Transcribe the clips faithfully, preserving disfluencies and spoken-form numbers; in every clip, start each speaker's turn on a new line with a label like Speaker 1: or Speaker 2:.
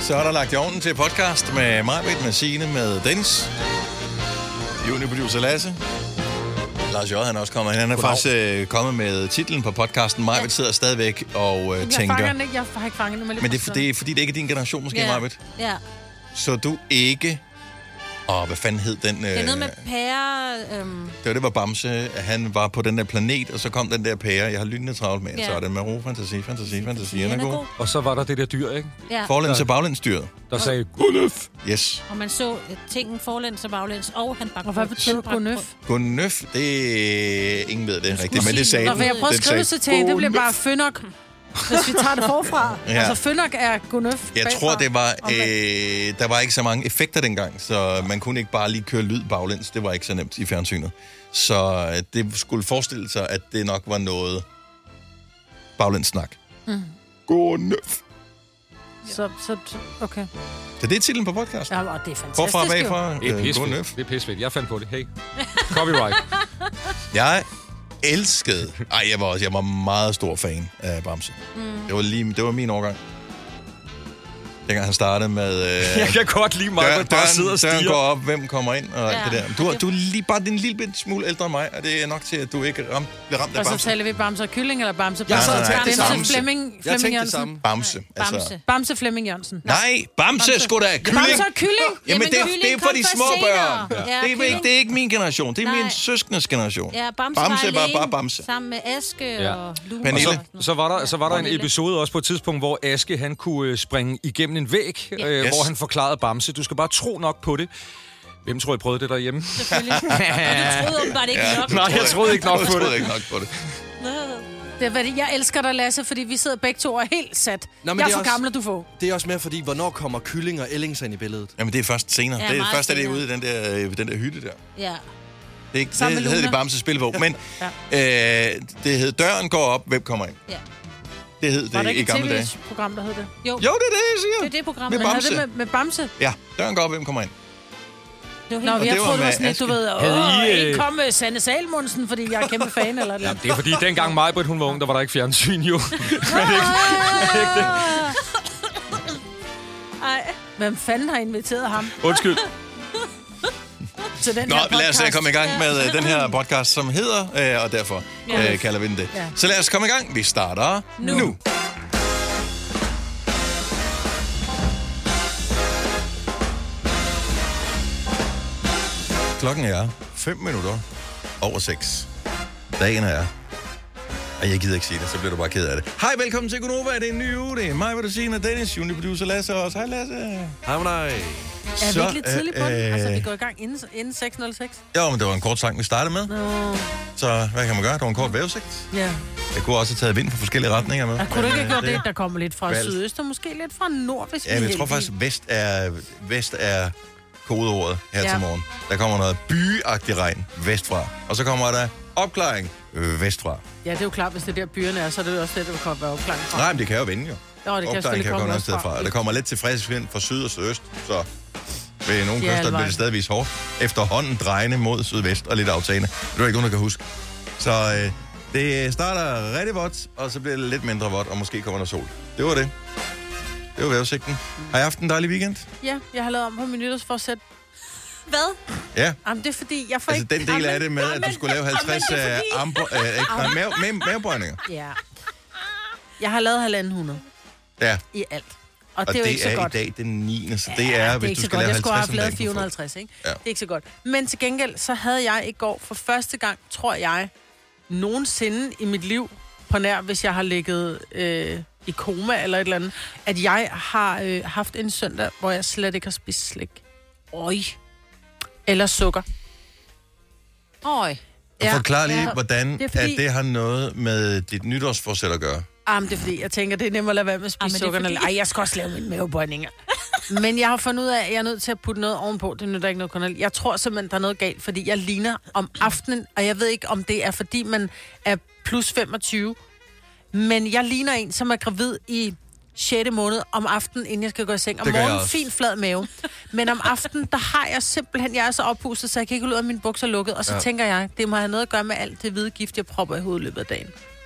Speaker 1: Så er der lagt i ovnen til podcast med mig, med Signe, med Dennis. Juniorproducer Lasse. Lars J. han er også kommet. Han er faktisk øh, kommet med titlen på podcasten. Majbet sidder stadigvæk og øh, tænker...
Speaker 2: Jeg, ikke. jeg har ikke fanget det.
Speaker 1: Men det er, det er fordi, det ikke er din generation, måske,
Speaker 3: ja.
Speaker 1: Majbet.
Speaker 3: Ja.
Speaker 1: Så du ikke... Åh, hvad fanden hed den? Øh...
Speaker 3: Det er noget med pære... Øhm...
Speaker 1: Det var det, var Bamse. Han var på den der planet, og så kom den der pære. Jeg har lynende travlt med, ja. Så er det med ro, fantasi, fantasi, fantasi. Den er god.
Speaker 4: Og så var der det der dyr, ikke?
Speaker 3: Ja.
Speaker 1: Forlæns og baglænsdyret.
Speaker 4: Der sagde Gunnøf.
Speaker 1: Yes.
Speaker 3: Og man så tingen forlæns og baglæns, og han bakker.
Speaker 2: Og hvad betyder Gunnøf?
Speaker 1: Gunnøf, det er... Ingen ved det rigtigt, men det sagde
Speaker 2: den. Jeg prøver at skrive det til en, det bliver bare Fønok. Hvis vi tager det forfra. Ja. Altså, Fønok er Gunnøf.
Speaker 1: Jeg tror, det var... Øh, der var ikke så mange effekter dengang, så man kunne ikke bare lige køre lyd baglæns. Det var ikke så nemt i fjernsynet. Så det skulle forestille sig, at det nok var noget baglæns snak. Mm. Gunnøf.
Speaker 2: Så, så, okay.
Speaker 1: Så det er titlen på podcasten.
Speaker 2: Ja, og det er fantastisk.
Speaker 1: Forfra og bagfra.
Speaker 4: Det er pissefedt. Det er pissefedt. Jeg fandt på det. Hey. Copyright.
Speaker 1: Jeg elskede... Ej, jeg var også jeg var meget stor fan af Bamse. Mm. Det var lige det var min årgang. Dengang han startede med... Øh,
Speaker 4: jeg kan godt lide mig,
Speaker 1: dør,
Speaker 4: at bare sidde og stige.
Speaker 1: Døren går op, hvem kommer ind, og
Speaker 3: ja.
Speaker 1: alt det der. Du, du er lige bare en lille bit smule ældre end mig, og det er nok til, at du ikke ram, bliver ramt af Bamse.
Speaker 2: Og så taler vi Bamse og Kylling, eller Bamse?
Speaker 1: Jeg sad og tænkte det samme.
Speaker 2: Bamse Flemming, Flemming Jørgensen.
Speaker 1: Bamse. Altså.
Speaker 2: Bamse. Bamse Flemming Jørgensen.
Speaker 1: Nej, Bamse skulle da Kylling.
Speaker 2: Bamse og Kylling.
Speaker 1: Jamen, det, det er for de små børn.
Speaker 3: Ja.
Speaker 1: Ja, det, er ikke, det er ikke min generation, det er Nej. min søskendes generation.
Speaker 3: Ja, Bamse,
Speaker 1: Bamse
Speaker 3: var,
Speaker 1: var bare Bamse.
Speaker 3: Sammen med Aske ja. og Lune.
Speaker 1: Pernille.
Speaker 4: Og så, så var der, så var der en episode også på et tidspunkt, hvor Aske han kunne springe igennem en væg, ja. øh, yes. hvor han forklarede Bamse. Du skal bare tro nok på det. Hvem tror I prøvede det derhjemme?
Speaker 3: Selvfølgelig. Og du troede åbenbart ikke nok.
Speaker 4: Nej, jeg troede ikke nok på det.
Speaker 1: Jeg troede ikke nok på det.
Speaker 2: Det er, fordi jeg elsker dig, Lasse, fordi vi sidder begge to og er helt sat. Nå, jeg er for også, gammel, du får.
Speaker 5: Det er også mere, fordi hvornår kommer Kylling og Ellings ind i billedet?
Speaker 1: Jamen, det er først senere.
Speaker 3: Ja,
Speaker 1: det er først, at det er
Speaker 3: senere.
Speaker 1: ude i den der, den der hytte der.
Speaker 3: Ja.
Speaker 1: Det, er ikke,
Speaker 2: Sammen
Speaker 1: det
Speaker 2: med
Speaker 1: hedder
Speaker 2: Luna.
Speaker 1: det Bamse spillebog. Men
Speaker 2: ja.
Speaker 1: øh, det hed Døren går op, hvem kommer ind?
Speaker 3: Ja.
Speaker 1: Det hed det,
Speaker 2: Var der
Speaker 1: i
Speaker 2: ikke
Speaker 1: gamle dage.
Speaker 2: et tv-program, der hed det?
Speaker 3: Jo.
Speaker 1: Jo, det er det, jeg siger.
Speaker 3: Det er det program.
Speaker 1: Med
Speaker 2: Men havde
Speaker 1: Bamse.
Speaker 2: det med, med Bamse?
Speaker 1: Ja, Døren går op, hvem kommer ind?
Speaker 3: Det
Speaker 2: Nå,
Speaker 3: var
Speaker 2: jeg
Speaker 1: det var
Speaker 2: troede, det var
Speaker 1: med
Speaker 2: sådan lidt, du
Speaker 1: Aske.
Speaker 2: ved, åh, ikke kom med Sanne Salmonsen, fordi jeg er kæmpe fan, eller
Speaker 4: Ja,
Speaker 2: det.
Speaker 4: det er fordi, dengang Majbrit, hun var ung, der var der ikke fjernsyn, jo. Men ikke, ikke det.
Speaker 2: Ej, hvem fanden har inviteret ham
Speaker 4: Undskyld.
Speaker 2: til den
Speaker 1: Nå,
Speaker 2: her podcast?
Speaker 1: lad os uh, komme i gang med uh, den her podcast, som hedder, uh, og derfor
Speaker 2: Ja.
Speaker 1: uh, kalder vi den det.
Speaker 2: Ja.
Speaker 1: Så lad os komme i gang. Vi starter nu. nu. Klokken er fem minutter over seks. Dagen er... Ej, jeg gider ikke sige det, så bliver du bare ked af det. Hej, velkommen til Gunova. Det er en ny uge. Det er mig, hvor du siger, Dennis, juniorproducer Lasse også. Hej, Lasse.
Speaker 5: Hej med dig.
Speaker 2: Er vi ikke lidt tidligt på den?
Speaker 1: øh,
Speaker 2: Altså, vi går i gang inden, inden seks nul seks.
Speaker 1: Jo, men det var en kort sang, vi startede med.
Speaker 2: Nå,
Speaker 1: Så hvad kan man gøre? Det var en kort vævesigt.
Speaker 2: ja.
Speaker 1: Jeg kunne også have taget vind fra forskellige retninger med.
Speaker 2: Jeg kunne du ikke have gjort det? Der kommer lidt fra
Speaker 1: Valg.
Speaker 2: sydøst, og måske lidt fra nord, hvis vi
Speaker 1: Ja,
Speaker 2: er
Speaker 1: men jeg tror
Speaker 2: heldige.
Speaker 1: faktisk, vest er, vest er kodeordet her
Speaker 2: Ja.
Speaker 1: til morgen. Der kommer noget byagtig regn vestfra. Og så kommer der opklaring øh, vestfra.
Speaker 2: Ja, det er jo klart, hvis det er der byerne er, så er det jo også det, der kan være opklaring fra.
Speaker 1: Nej, men det kan jo vende jo.
Speaker 2: Nå, det kan
Speaker 1: Opklaring
Speaker 2: selvfølgelig
Speaker 1: kan jo
Speaker 2: komme
Speaker 1: komme
Speaker 2: også
Speaker 1: noget sted fra. Der kommer lidt til frisk vind fra syd og sydøst, så ved nogle
Speaker 2: Ja,
Speaker 1: kyster bliver
Speaker 2: alvej.
Speaker 1: det stadigvis hårdt. Efterhånden drejende mod sydvest og lidt aftagende. Det er ikke nogen, der kan huske. Så øh, det starter rigtig vådt, og så bliver det lidt mindre vådt, og måske kommer der sol. Det var det. Det var vejrudsigten. Har I haft en dejlig weekend?
Speaker 2: Ja, jeg har lavet om på min nytårsforsæt.
Speaker 3: Hvad?
Speaker 1: Ja.
Speaker 2: Jamen, det er fordi, jeg får
Speaker 1: Altså
Speaker 2: ikke...
Speaker 1: den del af det med, at du skulle lave halvtreds
Speaker 2: Jamen, det er fordi-
Speaker 1: uh, ambo, uh, ikke, nej, mave, mave, mavebøjninger.
Speaker 2: Ja. Jeg har lavet halvanden hundrede
Speaker 1: Ja,
Speaker 2: i alt. Og,
Speaker 1: og
Speaker 2: det er jo
Speaker 1: det
Speaker 2: ikke så
Speaker 1: er
Speaker 2: godt.
Speaker 1: i dag den niende, så
Speaker 2: Ja,
Speaker 1: det er,
Speaker 2: det
Speaker 1: hvis
Speaker 2: ikke
Speaker 1: du
Speaker 2: så
Speaker 1: skal
Speaker 2: godt.
Speaker 1: lave
Speaker 2: Jeg skulle have
Speaker 1: halvtreds
Speaker 2: haft lavet
Speaker 1: om
Speaker 2: fire hundrede og
Speaker 1: dagen.
Speaker 2: halvtreds, ikke?
Speaker 1: Ja.
Speaker 2: Det er ikke så godt. Men til gengæld, så havde jeg i går for første gang, tror jeg, nogensinde i mit liv, på nær, hvis jeg har ligget øh, i koma eller et eller andet, at jeg har øh, haft en søndag, hvor jeg slet ikke har spist slik.
Speaker 3: Øj.
Speaker 2: Eller sukker.
Speaker 3: Øj.
Speaker 1: Og forklar lige,
Speaker 2: Ja.
Speaker 1: hvordan
Speaker 2: Det er
Speaker 1: det,
Speaker 2: fordi-
Speaker 1: at det har noget med dit nytårsforsæt at gøre.
Speaker 2: Ah, men det er fordi, jeg tænker, det er nemmere at lade være med at
Speaker 3: Ah,
Speaker 2: spise
Speaker 3: men det er
Speaker 2: sukker.
Speaker 3: fordi-
Speaker 2: Ej, jeg skal også lave mine mavebøjninger. Men jeg har fundet ud af, at jeg er nødt til at putte noget ovenpå. Det nytter ikke noget kanal. Jeg tror simpelthen, der er noget galt, fordi jeg ligner om aftenen, og jeg ved ikke, om det er, fordi man er plus femogtyve. Men jeg ligner en, som er gravid i sjette måned om aftenen, inden jeg skal gå i seng. Om
Speaker 1: Det gør jeg
Speaker 2: morgenen,
Speaker 1: også.
Speaker 2: fin flad mave. Men om aftenen, der har jeg simpelthen, jeg er så oppustet, så jeg kan ikke ud af mine bukser lukket. Og så
Speaker 1: Ja.
Speaker 2: ja. tænker jeg, det må have noget at gøre med alt det hvide gift, jeg propper i hovedet i løbet af dagen.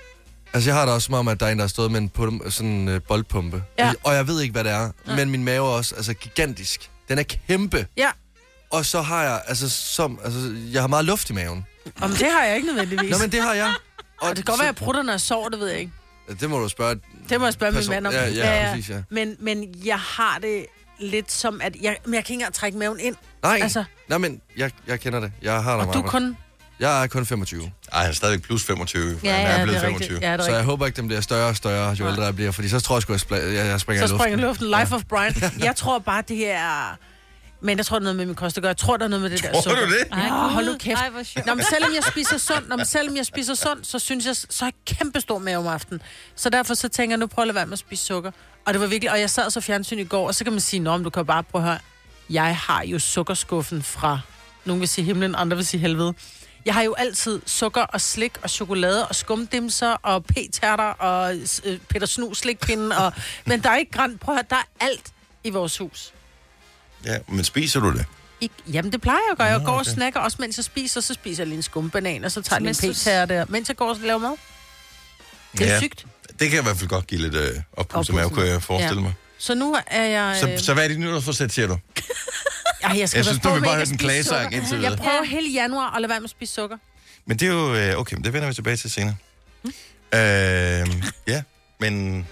Speaker 5: Altså, jeg har det også som om, at der er en, der har stået med en pum- sådan en uh, boldpumpe.
Speaker 2: Ja.
Speaker 5: Og jeg ved ikke, hvad det er. Ja. Men min mave er også altså, gigantisk. Den er kæmpe.
Speaker 2: Ja.
Speaker 5: Og så har jeg, altså, som, altså, jeg har meget luft i maven.
Speaker 2: Om det har jeg ikke nødvendigvis.
Speaker 5: Nå, men det har jeg.
Speaker 2: Og det kan godt være, at jeg prutter, når jeg sover, det ved jeg ikke.
Speaker 5: Det må du spørge.
Speaker 2: Det må jeg spørge
Speaker 5: person.
Speaker 2: min mand om.
Speaker 5: Ja, ja, ja. Præcis, ja.
Speaker 2: Men, men jeg har det lidt som, at jeg, men jeg kan ikke engang trække maven ind.
Speaker 5: Nej,
Speaker 2: altså.
Speaker 5: Nej, men jeg, jeg kender det. Jeg har
Speaker 2: Og
Speaker 5: der
Speaker 2: du kun...
Speaker 5: Jeg er kun femogtyve.
Speaker 1: Ej, han er stadigvæk plus femogtyve.
Speaker 2: Ja,
Speaker 1: han
Speaker 2: ja,
Speaker 1: er blevet
Speaker 2: det er
Speaker 1: femogtyve.
Speaker 2: rigtigt. Ja, det er
Speaker 5: så jeg håber ikke, den bliver større og større, jo ældre jeg bliver. Fordi så tror jeg sgu, jeg, spl- jeg, jeg springer
Speaker 2: så
Speaker 5: i luften.
Speaker 2: Så springer luften. Life of Brian. Jeg tror bare, det her... Men jeg tror, det er noget med min kost at gøre. Jeg tror, der er noget med det
Speaker 1: tror
Speaker 2: der sukker.
Speaker 1: Tror du det?
Speaker 2: Ej, hold nu kæft.
Speaker 3: Ej, hvor sjovt.
Speaker 2: Nå, men selvom jeg spiser sundt, når, selvom jeg spiser sundt, så synes jeg, så er jeg kæmpestor mave om aftenen. Så derfor så tænker jeg, nu prøver jeg at lade være med at spise sukker. Og det var virkelig... Og jeg sad så fjernsyn i går, og så kan man sige, nå, men du kan bare prøve at høre. Jeg har jo sukkerskuffen fra... Nogen vil sige himlen, andre vil sige helvede. Jeg har jo altid sukker og slik og chokolade og skumdimser og p-tærter og øh, Peter Snus slikpinden. Og... Men der er ikke grænt. Prøv at høre, der er alt i vores hus.
Speaker 1: Ja, men spiser du det?
Speaker 2: Ik- Jamen, det plejer jeg at gøre. Jeg
Speaker 1: Nå,
Speaker 2: går og
Speaker 1: okay.
Speaker 2: snakker, også mens jeg spiser. Så spiser jeg lige en skumbanan, og så tager jeg
Speaker 3: Så
Speaker 2: lige en
Speaker 3: mens du-
Speaker 2: p-tærte der, mens jeg går og laver mad. Det er
Speaker 1: Ja.
Speaker 2: sygt.
Speaker 1: Det kan i hvert fald godt give lidt øh, oppustet mave,
Speaker 2: Oppustet.
Speaker 1: kunne jeg forestille
Speaker 2: Ja.
Speaker 1: mig.
Speaker 2: Så nu er jeg...
Speaker 1: Så,
Speaker 2: øh,
Speaker 1: så hvad er dit nytårsforsæt, siger du?
Speaker 2: Ej, jeg, skal
Speaker 1: Jeg synes,
Speaker 2: passe
Speaker 1: du
Speaker 2: på
Speaker 1: vil
Speaker 2: med
Speaker 1: bare
Speaker 2: ikke
Speaker 1: høre
Speaker 2: at
Speaker 1: den
Speaker 2: spise
Speaker 1: klagesang
Speaker 2: sukker.
Speaker 1: indtil
Speaker 2: Jeg
Speaker 1: videre.
Speaker 2: prøver hele januar at lade være med at spise sukker.
Speaker 1: Men det er jo... Øh, okay, men det vender vi tilbage til senere. Hmm? Øh, ja, men...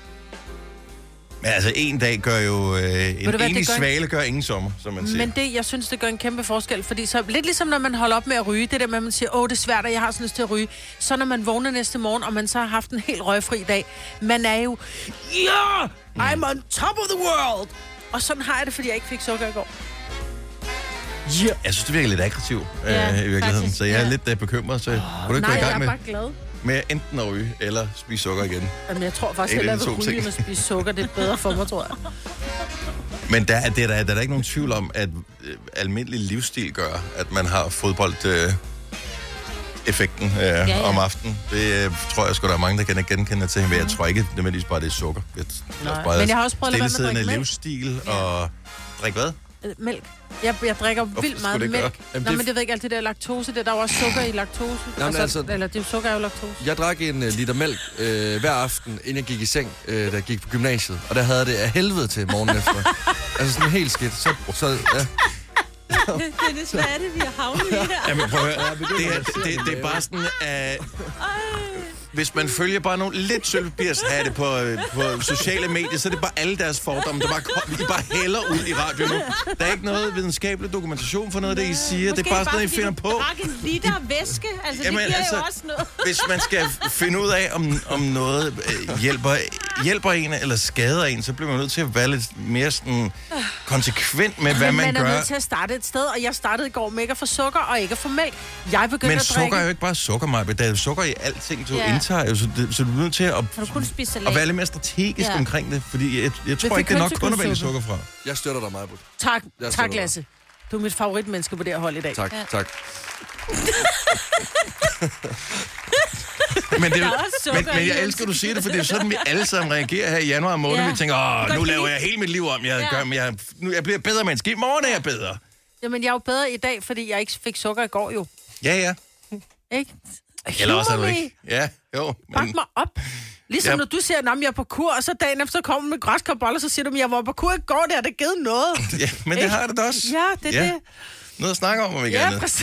Speaker 1: Men altså, en dag gør jo... Øh, en
Speaker 2: du hvad,
Speaker 1: enig
Speaker 2: det gør en-
Speaker 1: svale gør ingen sommer, som man siger.
Speaker 2: Men det, jeg synes, det gør en kæmpe forskel, fordi så lidt ligesom når man holder op med at ryge, det der med, at man siger, åh, det er svært, og jeg har sådan lyst til at ryge. Så når man vågner næste morgen, og man så har haft en helt røgfri dag, man er jo, ja, yeah, I'm on top of the world! Og sådan har jeg det, fordi jeg ikke fik sukker i går.
Speaker 1: Ja. Jeg synes, det virker lidt aggressivt
Speaker 2: Ja,
Speaker 1: øh, i virkeligheden,
Speaker 2: faktisk,
Speaker 1: så jeg er
Speaker 2: ja.
Speaker 1: lidt uh, bekymret. Så oh, kunne du ikke
Speaker 2: Nej,
Speaker 1: gå i
Speaker 2: jeg
Speaker 1: gang
Speaker 2: er
Speaker 1: med,
Speaker 2: bare glad.
Speaker 1: med enten at ryge eller spise sukker igen?
Speaker 2: Jamen, jeg tror faktisk,
Speaker 1: En
Speaker 2: at
Speaker 1: af
Speaker 2: jeg
Speaker 1: de
Speaker 2: vil
Speaker 1: to
Speaker 2: ryge
Speaker 1: ting.
Speaker 2: end at spise sukker. Det er bedre for mig, tror jeg.
Speaker 1: Men der, er- det er der, der er der ikke nogen tvivl om, at øh, almindelig livsstil gør, at man har fodbold... Øh, effekten øh, ja, ja. om aftenen. Det øh, tror jeg sgu, der er mange, der kan genkende til. Men jeg tror ikke nødvendigvis bare, det er sukker. Jeg,
Speaker 2: Nej,
Speaker 1: bare
Speaker 2: men jeg har også prøvet at lade være med at
Speaker 1: stillesiddende
Speaker 2: drikke mælk.
Speaker 1: livsstil og... Drik hvad?
Speaker 2: Øh, Mælk. Jeg, jeg drikker
Speaker 1: Hvorfor
Speaker 2: vildt
Speaker 1: skulle
Speaker 2: meget
Speaker 1: det
Speaker 2: mælk.
Speaker 1: gøre?
Speaker 5: Jamen,
Speaker 2: Nå,
Speaker 5: det-
Speaker 2: men det ved ikke alt det der laktose. Det, der er jo også sukker i laktose.
Speaker 5: Jamen,
Speaker 2: altså,
Speaker 5: altså-
Speaker 2: eller det er sukker er jo laktose.
Speaker 5: Jeg drak en uh, liter mælk øh, hver aften, inden jeg gik i seng, øh, da jeg gik på gymnasiet. Og der havde jeg det af helvede til morgenen efter. Altså sådan helt skidt. Så, så ja.
Speaker 3: Dennis, hvad er det, vi har havnet i her?
Speaker 1: Jamen, prøv at høre. Det er, det, det er bare sådan, at... Hvis man følger bare nogle lidt sølvpapirshatte på, øh, på sociale medier, så er det bare alle deres fordomme, der bare, kom, de bare hælder ud i radio nu. Der er ikke noget videnskabelig dokumentation for noget, det I siger. Det er bare sådan noget, I finder på.
Speaker 3: Drak en liter væske, altså
Speaker 1: Jamen,
Speaker 3: det giver
Speaker 1: altså,
Speaker 3: jo også noget.
Speaker 1: Hvis man skal finde ud af, om, om noget øh, hjælper, hjælper en eller skader en, så bliver man nødt til at være lidt mere sådan konsekvent med, hvad
Speaker 2: Men
Speaker 1: man
Speaker 2: man er
Speaker 1: gør.
Speaker 2: nødt til at starte et sted, og jeg startede i går med ikke at få sukker og ikke at få mælk. Jeg begyndte
Speaker 1: Men
Speaker 2: at drikke...
Speaker 1: sukker er jo ikke bare sukker, Maja. Der er jo sukker i alting, du
Speaker 3: Ja.
Speaker 1: indtager. Jo, så, det, så du er nødt til at,
Speaker 3: Kan du kun spise salat?
Speaker 1: at være lidt mere strategisk
Speaker 3: Ja.
Speaker 1: omkring det. Fordi jeg, jeg tror
Speaker 2: fik
Speaker 1: ikke, det er nok kun at vælge
Speaker 2: hønsekulsuppe.
Speaker 1: sukker fra.
Speaker 5: Jeg støtter dig meget, Bud.
Speaker 2: Tak,
Speaker 5: Jeg
Speaker 2: tak
Speaker 5: støtter
Speaker 2: Lasse. Du er mit favoritmenneske på det her hold i dag.
Speaker 5: Tak,
Speaker 3: Ja.
Speaker 5: tak.
Speaker 1: Men, det,
Speaker 3: Der er også
Speaker 1: men,
Speaker 3: sukker
Speaker 1: men
Speaker 3: i
Speaker 1: jeg
Speaker 3: det.
Speaker 1: elsker, du siger det, for det er sådan, vi alle sammen reagerer her i januar måned.
Speaker 3: Ja.
Speaker 1: Vi tænker, åh, nu
Speaker 3: Godt
Speaker 1: laver
Speaker 3: lide.
Speaker 1: jeg hele mit liv om. Jeg,
Speaker 3: Ja.
Speaker 1: gør, men jeg, nu, jeg bliver bedre menneske. I morgen er jeg bedre.
Speaker 2: Jamen, jeg er jo bedre i dag, fordi jeg ikke fik sukker i går jo.
Speaker 1: Ja, ja.
Speaker 2: Ikke?
Speaker 1: Eller også er du
Speaker 2: Humor me.
Speaker 1: ikke. Ja, jo.
Speaker 2: Bak
Speaker 1: Men,
Speaker 2: mig op. Ligesom
Speaker 1: Ja.
Speaker 2: når du siger, at jeg er på kur, og så dagen efter kommer med græskarboller, så siger du, at jeg var på kur i går, det har det givet noget.
Speaker 1: ja, men det har det da også.
Speaker 2: Ja, det er
Speaker 1: Ja.
Speaker 2: det.
Speaker 1: Noget at snakke om, om ikke
Speaker 2: Ja,
Speaker 1: andet.
Speaker 2: præcis.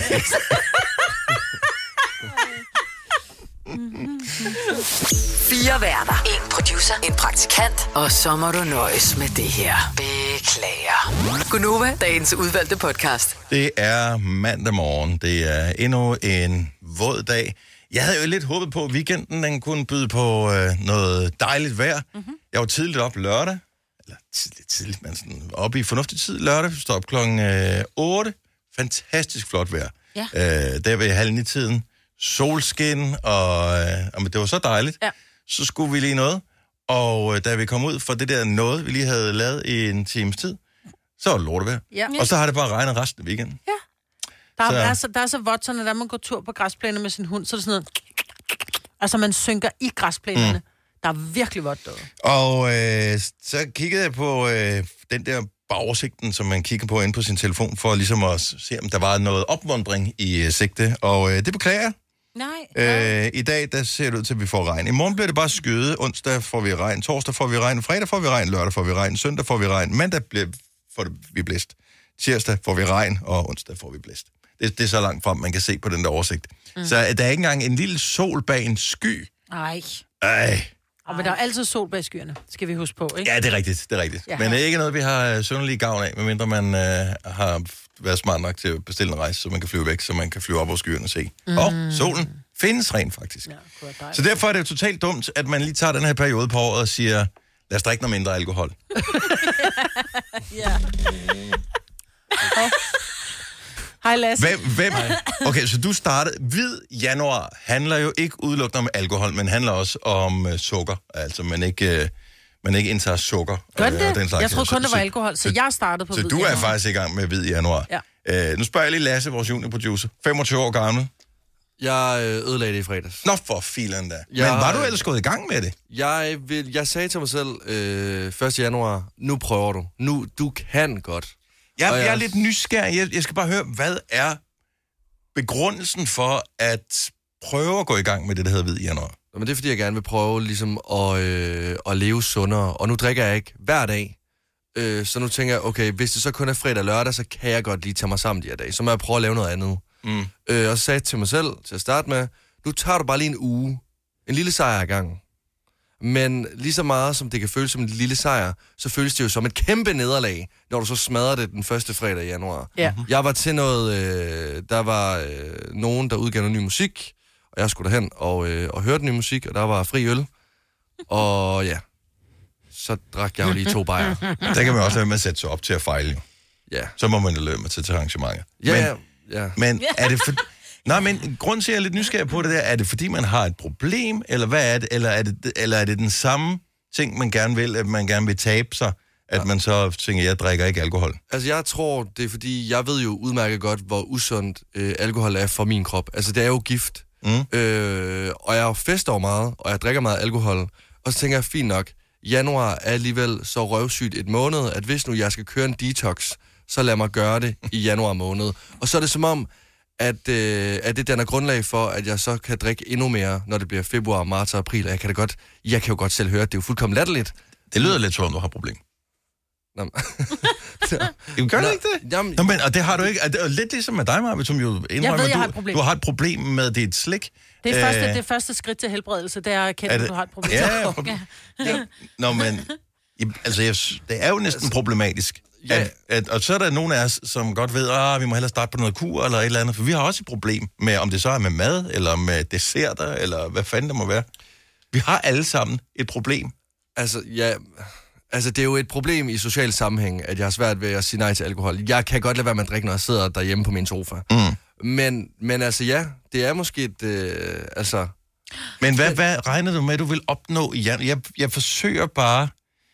Speaker 6: Fire værter. En producer. En praktikant. Og så må du nøjes med det her. Beklager. Gunova, dagens udvalgte podcast.
Speaker 1: Det er mandag morgen. Det er endnu en våd dag. Jeg havde jo lidt håbet på, at weekenden den kunne byde på øh, noget dejligt vejr. Mm-hmm. Jeg var tidligt op lørdag. Eller tidligt, tidligt, men sådan op i fornuftig tid lørdag. Vi står op klokken øh, otte. Fantastisk flot vejr.
Speaker 3: Ja.
Speaker 1: Øh, der ved halv ni tiden. Solskin, og, øh, og men det var så dejligt.
Speaker 2: Ja.
Speaker 1: Så skulle vi lige noget. Og øh, da vi kom ud fra det der noget, vi lige havde lavet i en times tid, så var det lortevejr.
Speaker 2: Ja.
Speaker 1: Og så har det bare regnet resten af weekenden.
Speaker 2: Der er,
Speaker 1: Så-
Speaker 2: der er så, der er så vådt, så når man går tur på græsplæner med sin hund, så er det sådan noget... Altså, man synker i græsplænerne. Mm. Der er virkelig vådt derude.
Speaker 1: Og øh, så kiggede jeg på øh, den der oversigten, som man kigger på inde på sin telefon, for ligesom at se, om der var noget opmundring i øh, sigte. Og øh, det beklager jeg.
Speaker 3: Nej.
Speaker 1: Øh, I dag, der ser det ud til, at vi får regn. I morgen bliver det bare skyde. Onsdag får vi regn. Torsdag får vi regn. Fredag får vi regn. Lørdag får vi regn. Søndag får vi regn. Mandag bliver, får det, vi blæst. Tirsdag får vi regn. Og onsdag får vi blæst. Det, det er så langt frem, man kan se på den der oversigt. Mm. Så der er ikke engang en lille sol bag en sky.
Speaker 3: Nej.
Speaker 1: Ej.
Speaker 2: Og men der er altid sol bag skyerne, skal vi huske på, ikke?
Speaker 1: Ja, det er rigtigt, det er rigtigt. Ja. Men det er ikke noget, vi har synderlig gavn af, medmindre man øh, har været smart nok til at bestille en rejse, så man kan flyve væk, så man kan flyve op over skyerne og se. Mm. Og solen findes rent faktisk. Ja, så derfor er det jo totalt dumt, at man lige tager den her periode på året og siger, lad os drikke noget mindre alkohol.
Speaker 2: Ja. Hej Lasse.
Speaker 1: Hvem, hvem? Okay, så du startede... Hvid januar handler jo ikke udelukkende om alkohol, men handler også om uh, sukker. Altså, man ikke, uh, man ikke indtager sukker.
Speaker 2: Gør det?
Speaker 1: Og den slags.
Speaker 2: Jeg troede kun, det var alkohol, så, så jeg startede på
Speaker 1: så
Speaker 2: hvid
Speaker 1: du
Speaker 2: januar.
Speaker 1: er faktisk i gang med hvid januar. Ja. Uh, nu spørger jeg lige Lasse, vores juniorproducer. femogtyve år gammel.
Speaker 5: Jeg ødelagde det i fredags.
Speaker 1: Nå, for filen da.
Speaker 5: Jeg,
Speaker 1: men var du ellers gået i gang med det?
Speaker 5: Jeg, vil, jeg sagde til mig selv øh, første januar, nu prøver du. Nu, du kan godt.
Speaker 1: Jeg, jeg,
Speaker 5: jeg
Speaker 1: jeg er lidt nysgerrig. Jeg, jeg skal bare høre, hvad er begrundelsen for at prøve at gå i gang med det, der hedder hvid januar?
Speaker 5: Men det er, fordi jeg gerne vil prøve ligesom at, øh, at leve sundere. Og nu drikker jeg ikke hver dag. Øh, så nu tænker jeg, okay, hvis det så kun er fredag og lørdag, så kan jeg godt lige tage mig sammen de her dage. Så må jeg prøve at lave noget andet. Mm. Øh, og så sagde jeg til mig selv, til at starte med, nu tager du bare lige en uge. En lille sejr ad gangen. Men lige så meget, som det kan føles som en lille sejr, så føles det jo som et kæmpe nederlag, når du så smadrer det den første fredag i januar.
Speaker 2: Ja.
Speaker 5: Jeg var til noget, øh, der var øh, nogen, der udgav noget ny musik, og jeg skulle derhen og, øh, og hørte ny musik, og der var fri øl. Og ja, så drak jeg jo lige to bajer.
Speaker 1: Der kan man også lade med at sætte sig op til at fejle, jo.
Speaker 5: Ja.
Speaker 1: Så må man jo løbe med til, til arrangementer.
Speaker 5: Ja,
Speaker 1: men,
Speaker 5: ja.
Speaker 1: Men er det for... Nej, men grunden til, at jeg er lidt nysgerrig på det der, er det fordi, man har et problem, eller hvad er det? Eller er det, eller er det den samme ting, man gerne vil, at man gerne vil tabe sig, at ja. man så tænker, jeg drikker ikke alkohol?
Speaker 5: Altså, jeg tror, det er fordi, jeg ved jo udmærket godt, hvor usundt øh, alkohol er for min krop. Altså, det er jo gift. Mm. Øh, og jeg er jo fest over meget, og jeg drikker meget alkohol. Og så tænker jeg, fint nok, januar er alligevel så røvsygt et måned, at hvis nu jeg skal køre en detox, så lad mig gøre det i januar måned. Og så er det som om, at, øh, at det danner grundlag for, at jeg så kan drikke endnu mere, når det bliver februar, marts og april. Og jeg kan, det godt, jeg kan jo godt selv høre, at det er jo fuldkommen latterligt.
Speaker 1: Det lyder lidt som om, du har et problem.
Speaker 5: Nå,
Speaker 1: Jamen, gør du ikke det?
Speaker 5: Jamen,
Speaker 1: Nå, men, og det har du ikke. Det er lidt ligesom med dig, Marve, som jo indrømmer,
Speaker 2: jeg ved, jeg
Speaker 1: du,
Speaker 2: har et problem.
Speaker 1: du har et problem med dit slik.
Speaker 2: Det er første,
Speaker 1: Æh,
Speaker 2: det første skridt til helbredelse, det er at erkende,
Speaker 1: er det,
Speaker 2: at du har et problem.
Speaker 1: Ja, problem. Ja. Nå, men altså, jeg, det er jo næsten problematisk.
Speaker 5: Ja.
Speaker 1: At, at, og så er der nogen af os, som godt ved, at vi må hellere starte på noget kur eller et eller andet, for vi har også et problem med, om det så er med mad, eller med desserter, eller hvad fanden det må være. Vi har alle sammen et problem.
Speaker 5: Altså, ja, altså, det er jo et problem i social sammenhæng, at jeg har svært ved at sige nej til alkohol. Jeg kan godt lade være med at drikke, når jeg sidder derhjemme på min sofa. Mm. Men, men altså, ja, det er måske et, øh, altså...
Speaker 1: Men hvad, hvad regner du med, du vil opnå i januar? Jeg, jeg forsøger bare...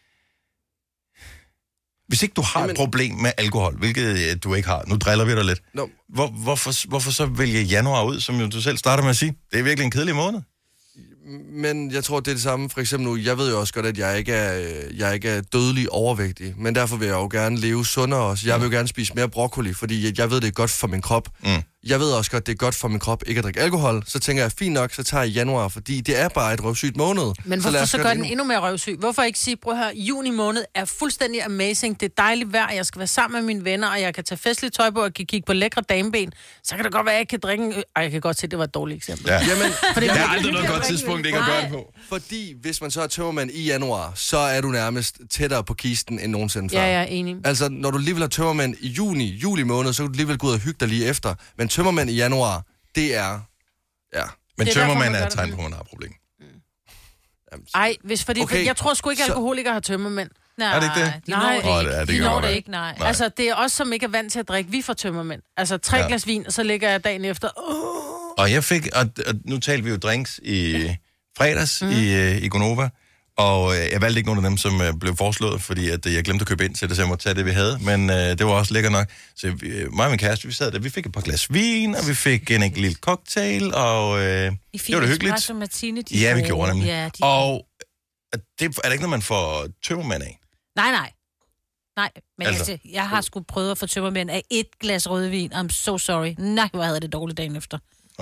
Speaker 1: Hvis ikke du har Jamen, et problem med alkohol, hvilket du ikke har, nu driller vi dig lidt, no. Hvor, hvorfor, hvorfor så vælge januar ud, som du selv starter med at sige? Det er virkelig en kedelig måned.
Speaker 5: Men jeg tror, det er det samme. For eksempel nu, jeg ved jo også godt, at jeg ikke er, jeg ikke er dødelig overvægtig, men derfor vil jeg jo gerne leve sundere også. Jeg vil jo gerne spise mere broccoli, fordi jeg ved, det er godt for min krop. Mm. Jeg ved også godt, det er godt for min krop ikke at drikke alkohol. Så tænker jeg, fint nok, så tager jeg januar, fordi det er bare et røvsygt måned.
Speaker 2: Men hvorfor så, så gør den endnu mere røvsyg? Hvorfor ikke sige, prøv at høre, juni måned er fuldstændig amazing. Det er dejligt vejr, jeg skal være sammen med mine venner, og jeg kan tage festligt tøj på og kan kigge på lækre dameben. Så kan det godt være, at jeg kan drikke en... Ej, jeg kan godt se, at det var et dårligt eksempel.
Speaker 1: Ja.
Speaker 5: Jamen,
Speaker 1: det er aldrig noget godt tidspunkt, ikke at gøre det på.
Speaker 5: Fordi hvis man så er tømmermand i januar, så er du nærmest tættere på kisten end nogensinde før.
Speaker 2: Ja, jeg er enig.
Speaker 5: Altså, når du alligevel har tømmermand i juni, juli måned, så kan du alligevel gå ud og hygge dig lige efter. Men tømmermand i januar, det er... Ja.
Speaker 1: Men tømmermand er et tegn på, at man har et problem.
Speaker 2: Mm. Ej, hvis fordi... Okay. Jeg tror sgu ikke, at alkoholikere har tømmermænd.
Speaker 3: Nej,
Speaker 1: er det ikke det?
Speaker 3: De når det
Speaker 1: oh,
Speaker 3: ikke.
Speaker 1: Det er, det
Speaker 3: de når det ikke, nej.
Speaker 2: nej. Altså, det er os, som ikke er vant til at drikke. Vi får tømmermænd. Altså, tre ja. glas vin, og så ligger jeg dagen efter... Oh.
Speaker 1: Og jeg fik... Og, og nu talte vi jo drinks i fredags mm. i, i Gonova, og jeg valgte ikke nogen af dem, som blev foreslået, fordi at jeg glemte at købe ind til det, så jeg måtte tage det, vi havde. Men øh, det var også lækker nok. Så vi, mig og min kæreste, vi sad der, vi fik et par glas vin, og vi fik en enkelt lille cocktail, og øh, det var det hyggeligt.
Speaker 3: Martine, de
Speaker 1: ja, vi gjorde nemlig.
Speaker 3: Ja, de... Og
Speaker 1: det er der ikke noget, man får tømmermand af.
Speaker 3: Nej, nej. Nej, men
Speaker 1: altså,
Speaker 3: altså, jeg har sgu prøvet at få tømmermænd af et glas rødvin. I'm so sorry. Nej, hvor havde det dårligt dagen efter.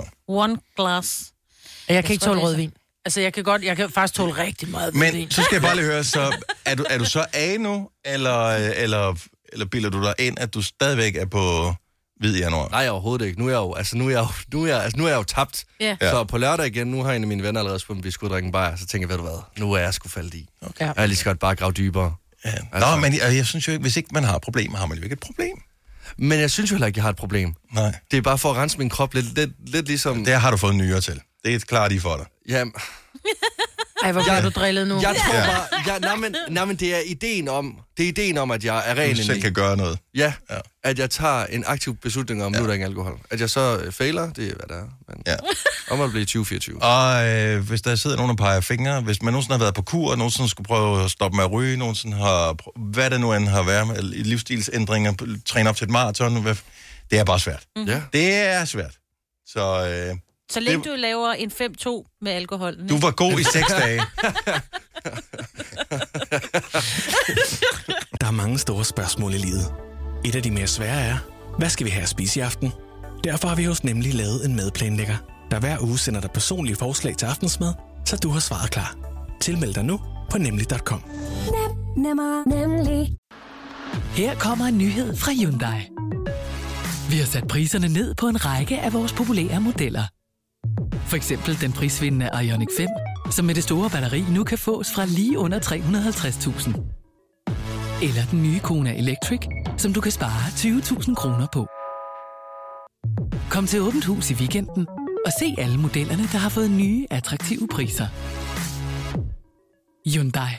Speaker 3: One glass.
Speaker 2: Jeg
Speaker 3: Jeg
Speaker 2: kan ikke
Speaker 3: tror,
Speaker 2: tåle
Speaker 3: det er
Speaker 2: rødvin. Altså, jeg kan godt, jeg kan faktisk tåle rigtig meget
Speaker 1: Men
Speaker 2: hvidvin.
Speaker 1: så skal jeg bare lige høre, så er du, er du så af nu, eller, eller, eller bilder du dig ind, at du stadigvæk er på hvid januar?
Speaker 5: Nej, overhovedet ikke. Nu er jeg jo, altså, nu er jeg jo, nu er jeg, altså, nu er jeg jo tabt.
Speaker 3: Ja.
Speaker 1: Ja.
Speaker 5: Så på lørdag igen, nu har en af mine venner allerede spurgt, om vi skulle drikke en bajer. Så tænker jeg, ved du hvad, nu er jeg sgu faldet i.
Speaker 2: Okay.
Speaker 5: Jeg er lige så godt bare grave dybere.
Speaker 1: Ja.
Speaker 5: Altså.
Speaker 1: Nå, men jeg, jeg synes jo ikke, hvis ikke man har problemer, har man jo ikke et problem.
Speaker 5: Men jeg synes jo heller ikke, jeg har et problem.
Speaker 1: Nej.
Speaker 5: Det er bare for at rense min krop lidt, lidt, lidt ligesom...
Speaker 1: Der har du fået nyere til. Det er klart i for dig.
Speaker 5: Jamen,
Speaker 2: Ej, hvor bliver du drillet nu?
Speaker 5: jeg tror
Speaker 1: Ja.
Speaker 5: bare... Jeg, nej, men, nej, men det er ideen om, det er ideen om, at jeg er ren
Speaker 1: Du selv
Speaker 5: indeni.
Speaker 1: kan gøre noget.
Speaker 5: Ja,
Speaker 1: Ja.
Speaker 5: at jeg tager en aktiv beslutning om, ja. nu er der ingen alkohol. At jeg så øh, fejler, det er, hvad det er. Men
Speaker 1: Ja.
Speaker 5: om at blive tyve fireogtyve.
Speaker 1: Og øh, hvis der sidder nogen og peger fingre, hvis man nogensinde har været på kur, nogensinde skulle prøve at stoppe med at ryge, nogensinde har, prø- hvad det nu end har været med livsstilsændringer, træne op til et maraton, hvad, det er bare svært.
Speaker 3: Mm.
Speaker 5: Ja.
Speaker 1: Det er svært. Så øh,
Speaker 3: Så længe
Speaker 1: Det-
Speaker 3: du laver en fem to med alkohol.
Speaker 1: du var god i seks dage.
Speaker 7: Der er mange store spørgsmål i livet. Et af de mere svære er, hvad skal vi have at spise i aften? Derfor har vi hos Nemlig lavet en madplanlægger, der hver uge sender dig personlige forslag til aftensmad, så du har svaret klar. Tilmeld dig nu på nemlig punktum com.
Speaker 8: Nemmer, nemlig. Her kommer en nyhed fra Hyundai. Vi har sat priserne ned på en række af vores populære modeller. For eksempel den prisvindende Ioniq fem, som med det store batteri nu kan fås fra lige under tre hundrede og halvtreds tusind. Eller den nye Kona Electric, som du kan spare tyve tusind kroner på. Kom til Åbent Hus i weekenden og se alle modellerne, der har fået nye, attraktive priser. Hyundai.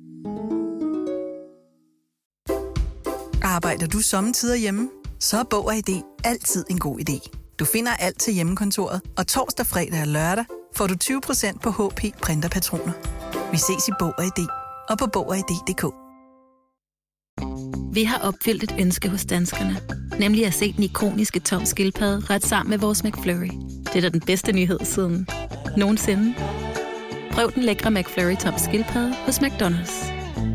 Speaker 9: Arbejder du sommetider hjemme? Så er Bog og I D altid en god idé. Du finder alt til hjemmekontoret, og torsdag, fredag og lørdag får du tyve procent på H P printerpatroner. Vi ses i Bog og I D og på bog og i d punktum d k.
Speaker 10: Vi har opfyldt et ønske hos danskerne. Nemlig at se den ikoniske Tom Skildpadde ret sammen med vores McFlurry. Det er da den bedste nyhed siden nogensinde. Prøv den lækre McFlurry Tom Skildpadde hos McDonald's.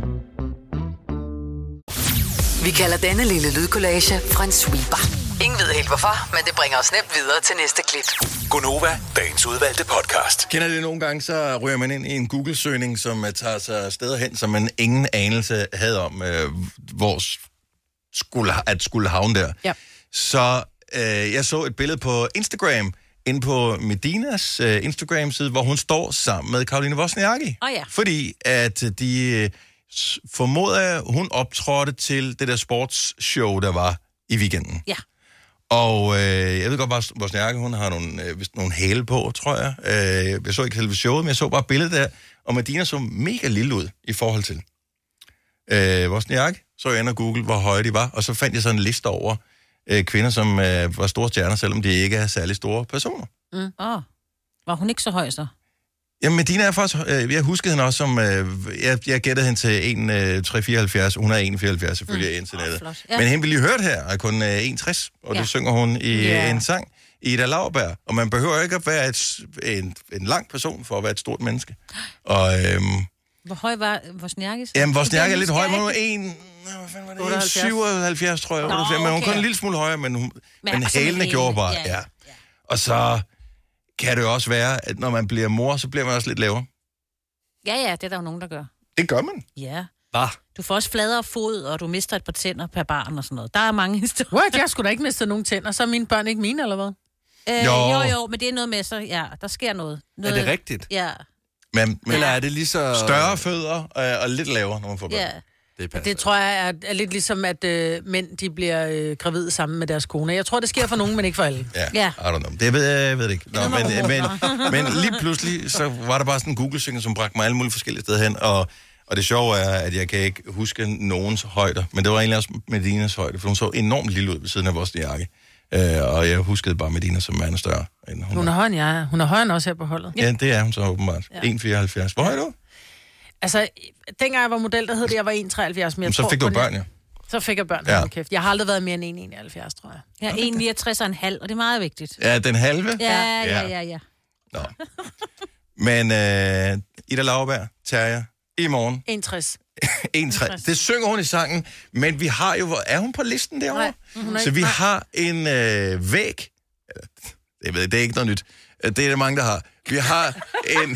Speaker 6: Vi kalder denne lille lydkollage en sweeper. Ingen ved helt hvorfor, men det bringer os nemt videre til næste klip.
Speaker 7: Gonova, dagens udvalgte podcast.
Speaker 1: Kender det nogle gange, så ryger man ind i en Google-søgning, som uh, tager sig steder hen, som man ingen anelse havde om, uh, hvor skulle, at skulle havne der.
Speaker 2: Ja.
Speaker 1: Så uh, jeg så et billede på Instagram, inde på Medinas uh, Instagram-side, hvor hun står sammen med Caroline Wozniacki.
Speaker 3: Åh ja.
Speaker 1: Fordi at de uh, s- formoder, hun optrådte til det der sportsshow, der var i weekenden.
Speaker 3: Ja.
Speaker 1: Og øh, jeg ved godt, at Wozniacki, hun har nogle, øh, vist nogle hæle på, tror jeg. Øh, jeg så ikke selve showet, men jeg så bare billedet der, og Medina så mega lille ud i forhold til. Øh, Wozniacki, så jeg ind og Google, hvor høje de var, og så fandt jeg sådan en liste over øh, kvinder, som øh, var store stjerner, selvom de ikke er særlig store personer.
Speaker 3: Mm. Oh. Var hun ikke så høj så?
Speaker 1: Jamen, Medina er faktisk... Øh, jeg huskede hende også som... Øh, jeg, jeg gættede hende til en komma tre fireoghalvfjerds. Hun er en komma fireoghalvfjerds selvfølgelig mm. af internettet.
Speaker 3: Oh,
Speaker 1: ja. Men hende, vi lige hørte her, er kun øh, en komma tres, og ja. Det synger hun i yeah. en sang. Ida Lauberg. Og man behøver ikke at være et, en, en lang person for at være et stort menneske. Og... Øhm,
Speaker 3: Hvor høj var Wozniacki?
Speaker 1: jamen, Wozniacki er lidt høj, men hun er en... syvoghalvfjerds, tror jeg.
Speaker 3: Nå,
Speaker 1: Nå, men hun er
Speaker 3: okay.
Speaker 1: kun en lille smule højere, men, hun,
Speaker 3: Men
Speaker 1: men
Speaker 3: altså med
Speaker 1: hælene
Speaker 3: hælene,
Speaker 1: gjorde bare...
Speaker 3: ja,
Speaker 1: Ja.
Speaker 3: ja.
Speaker 1: Og så kan det jo også være, at når man bliver mor, så bliver man også lidt lavere.
Speaker 3: Ja, ja, det er der jo nogen, der gør.
Speaker 1: Det gør man.
Speaker 3: Ja.
Speaker 5: Hvad?
Speaker 3: Du får også fladere fod, og du mister et par tænder per barn og sådan noget. Der er mange historier.
Speaker 2: What? Jeg skulle da ikke miste nogen tænder, så er mine børn ikke mine, eller hvad?
Speaker 3: Øh,
Speaker 1: Jo.
Speaker 3: jo, jo, men det er noget med, så ja, der sker noget. noget
Speaker 5: Er det rigtigt?
Speaker 3: Ja,
Speaker 1: Men, men
Speaker 5: Eller er det lige så...
Speaker 1: større fødder øh, og lidt lavere, når man får børn.
Speaker 3: ja.
Speaker 5: Det passer.
Speaker 2: Det tror jeg er, er lidt ligesom, at øh, mænd de bliver øh, gravide sammen med deres kone. Jeg tror, det sker for nogen, men ikke for alle.
Speaker 1: Ja,
Speaker 3: Ja.
Speaker 1: I don't know. Det ved jeg, jeg ved det ikke. Nå, men, men, men lige pludselig, så var der bare sådan en Google-søgning, som bragte mig alle mulige forskellige steder hen, og, og det sjove er, at jeg kan ikke huske nogens højder, men det var egentlig også Medinas højde, for hun så enormt lille ud ved siden af Wozniacki. Øh, og jeg huskede bare Medina som mand større. End hun,
Speaker 2: Hun er højere end jeg er. Hun er højere end også her på holdet.
Speaker 1: ja, det er hun så åbenbart.
Speaker 2: Ja.
Speaker 1: en komma fireoghalvfjerds. Hvor høj er du?
Speaker 2: Altså, dengang jeg var model, der hed det, jeg var en komma treoghalvfjerds. Men jeg
Speaker 1: Jamen, så
Speaker 2: tror
Speaker 1: fik du
Speaker 2: kun,
Speaker 1: børn,
Speaker 2: jeg-
Speaker 1: ja.
Speaker 2: Så fik jeg børn,
Speaker 1: Ja.
Speaker 2: ja. Kæft. Jeg har aldrig været mere end en komma enoghalvfjerds, tror jeg.
Speaker 3: Jeg er en komma niogtres og en halv, og det er meget vigtigt.
Speaker 1: Ja, den halve?
Speaker 3: Ja, ja, ja, ja.
Speaker 1: Nå. Men øh, Ida Lauberg, Terje, i morgen,
Speaker 2: en komma tres.
Speaker 1: en komma tre. Det synger hun i sangen, men vi har jo... Er hun på listen derovre?
Speaker 2: Nej, hun er
Speaker 1: Så
Speaker 2: ikke-
Speaker 1: vi
Speaker 2: nej.
Speaker 1: har en øh, væg, eller Det, ved, det er ikke noget nyt. Det er der mange, der har. Vi har en...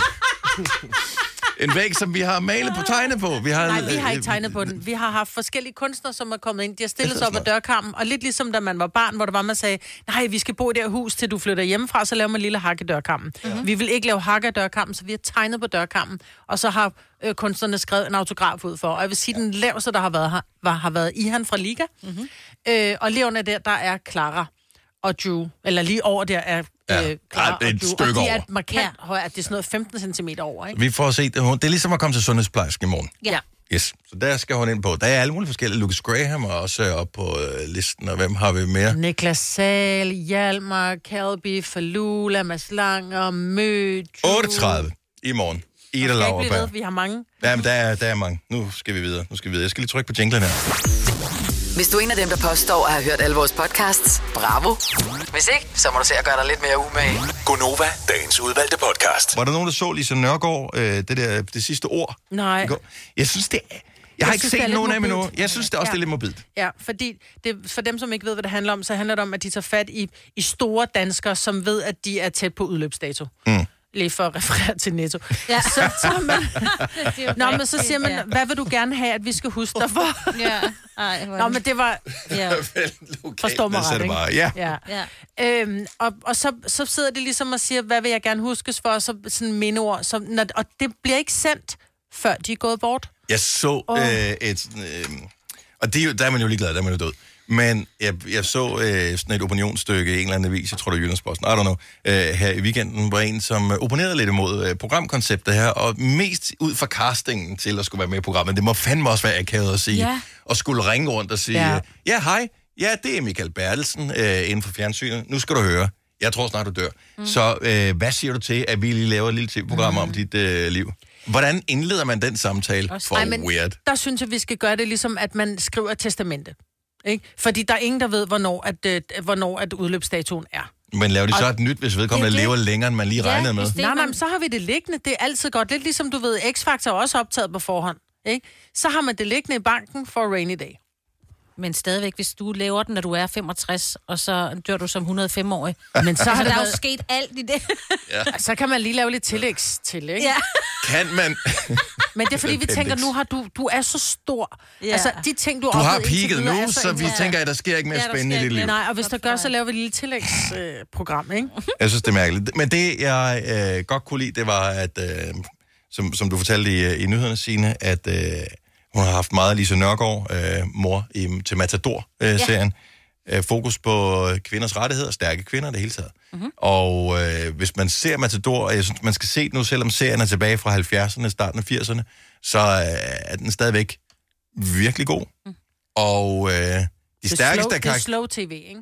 Speaker 1: En væg, som vi har malet på tegnet på. Vi har,
Speaker 2: Nej, vi har ikke tegnet på den. Vi har haft forskellige kunstnere, som er kommet ind. De har stillet sig op ad dørkarmen, og lidt ligesom da man var barn, hvor der var, man sagde, nej, vi skal bo i det her hus, til du flytter hjemmefra, så laver man en lille hak i dørkarmen. Mm-hmm. Vi vil ikke lave hakke i dørkarmen, så vi har tegnet på dørkarmen, og så har øh, kunstnerne skrevet en autograf ud for. Og jeg vil sige, den laveste, der har været her, var, har været Ihan fra Liga. Mm-hmm. Øh, og levende der, der er Clara og Drew, eller lige over der er
Speaker 1: Ja,
Speaker 2: øh, Clara
Speaker 1: ja, det er et
Speaker 2: og
Speaker 1: stykke
Speaker 2: Drew, og de er
Speaker 1: over.
Speaker 2: markant ja. højere, at det er sådan noget femten centimeter over, ikke?
Speaker 1: Vi får se det. Det er ligesom at komme til sundhedsplejerske i morgen.
Speaker 2: Ja.
Speaker 1: Yes, så der skal hun ind på. Der er alle mulige forskellige. Lucas Graham er også oppe på øh, listen, og hvem har vi mere?
Speaker 2: Niklas Sahl, Hjalmar, Kalby, Falula, Mads Langer, Mø...
Speaker 1: otte tredive i morgen. Ida Lauerberg.
Speaker 2: Vi har mange.
Speaker 1: Ja, men der er, der er mange. Nu skal vi videre. Nu skal vi videre. Jeg skal lige trykke på jinglen her.
Speaker 6: Hvis du er en af dem, der påstår at have hørt alle vores podcasts, bravo. Hvis ikke, så må du se at gøre dig lidt mere umage.
Speaker 11: Gonova, dagens udvalgte podcast.
Speaker 1: Var der nogen, der så Lise Nørgaard, øh, det der det sidste ord?
Speaker 2: Nej.
Speaker 1: Jeg synes, det er... Jeg, jeg har ikke set nogen af dem endnu. Jeg synes det også, ja. det er lidt mobilt.
Speaker 2: Ja, fordi det, for dem, som ikke ved, hvad det handler om, så handler det om, at de tager fat i, i store danskere, som ved, at de er tæt på udløbsdato. Mm. Lige for at referere til Netto. Ja. Så tager man... Nå, men så siger man, hvad vil du gerne have, at vi skal huske dig for?
Speaker 3: Ja. Ej,
Speaker 2: Nå, men det var... Ja. Forstår mig ret, ikke?
Speaker 1: Bare, ja.
Speaker 2: ja. ja. Øhm, og og så, så sidder de ligesom og siger, hvad vil jeg gerne huskes for? Så sådan mindeord. Så, når, og det bliver ikke sendt, før de er gået bort.
Speaker 1: Jeg så oh. øh, et... Øh, og det er jo, der er man jo ligeglad, der er man jo død. Men jeg, jeg så øh, sådan et opinionsstykke i en eller anden avis, jeg tror det er Jyllandsposten, I don't know, øh, her i weekenden, hvor en, som øh, opponerede lidt imod øh, programkonceptet her, og mest ud fra castingen til at skulle være med i programmet. Det må fandme også være akavet at sige, ja. og skulle ringe rundt og sige, ja, ja hej, ja, det er Michael Bertelsen øh, inden for fjernsynet, nu skal du høre, jeg tror snart du dør. Mm. Så øh, hvad siger du til, at vi lige laver et lille tv-program mm. om dit øh, liv? Hvordan indleder man den samtale? For Ej, men weird.
Speaker 2: Der synes jeg, vi skal gøre det ligesom, at man skriver et testamente. Ikke? Fordi der er ingen, der ved, hvornår, at, øh, hvornår at udløbsdatoen er.
Speaker 1: Men laver de så et nyt, hvis vedkommende det, det. lever længere, end man lige ja, regnede med?
Speaker 2: Nej, nej, så har vi det liggende. Det er altid godt. Lidt ligesom du ved, X-Factor er også optaget på forhånd. Ikke? Så har man det liggende i banken for rainy day.
Speaker 3: Men stadigvæk, hvis du laver den, når du er femogtres, og så dør du som hundrede og fem-årig.
Speaker 2: Men så har
Speaker 3: der
Speaker 2: der
Speaker 3: jo sket alt i det.
Speaker 2: Ja. Så kan man lige lave lidt tillægs til, ikke?
Speaker 3: Ja.
Speaker 1: Kan man?
Speaker 2: Men det er fordi, vi tænker, nu har du, du er så stor. Ja. Altså, de ting, du,
Speaker 1: du har peaked nu, så, så vi ja. tænker, at der sker ikke mere ja, spændende i dit liv.
Speaker 2: Nej, og hvis der gør, så laver vi et lille tillægsprogram, øh, ikke?
Speaker 1: Jeg synes, det er mærkeligt. Men det, jeg øh, godt kunne lide, det var, at, øh, som, som du fortalte i, i nyhederne, Signe, at øh, hun har haft meget Lise Nørgaard, øh, mor i, til Matador-serien. Ja. Øh, fokus på kvinders rettigheder, stærke kvinder, det hele taget. Mm-hmm. Og øh, hvis man ser Matador, og jeg synes, man skal se det nu, selvom serien er tilbage fra halvfjerdserne, starten af firserne, så øh, er den stadigvæk virkelig god. Mm. Og øh, de stærkeste
Speaker 2: karakterer...
Speaker 1: Det
Speaker 2: er slow tv, ikke?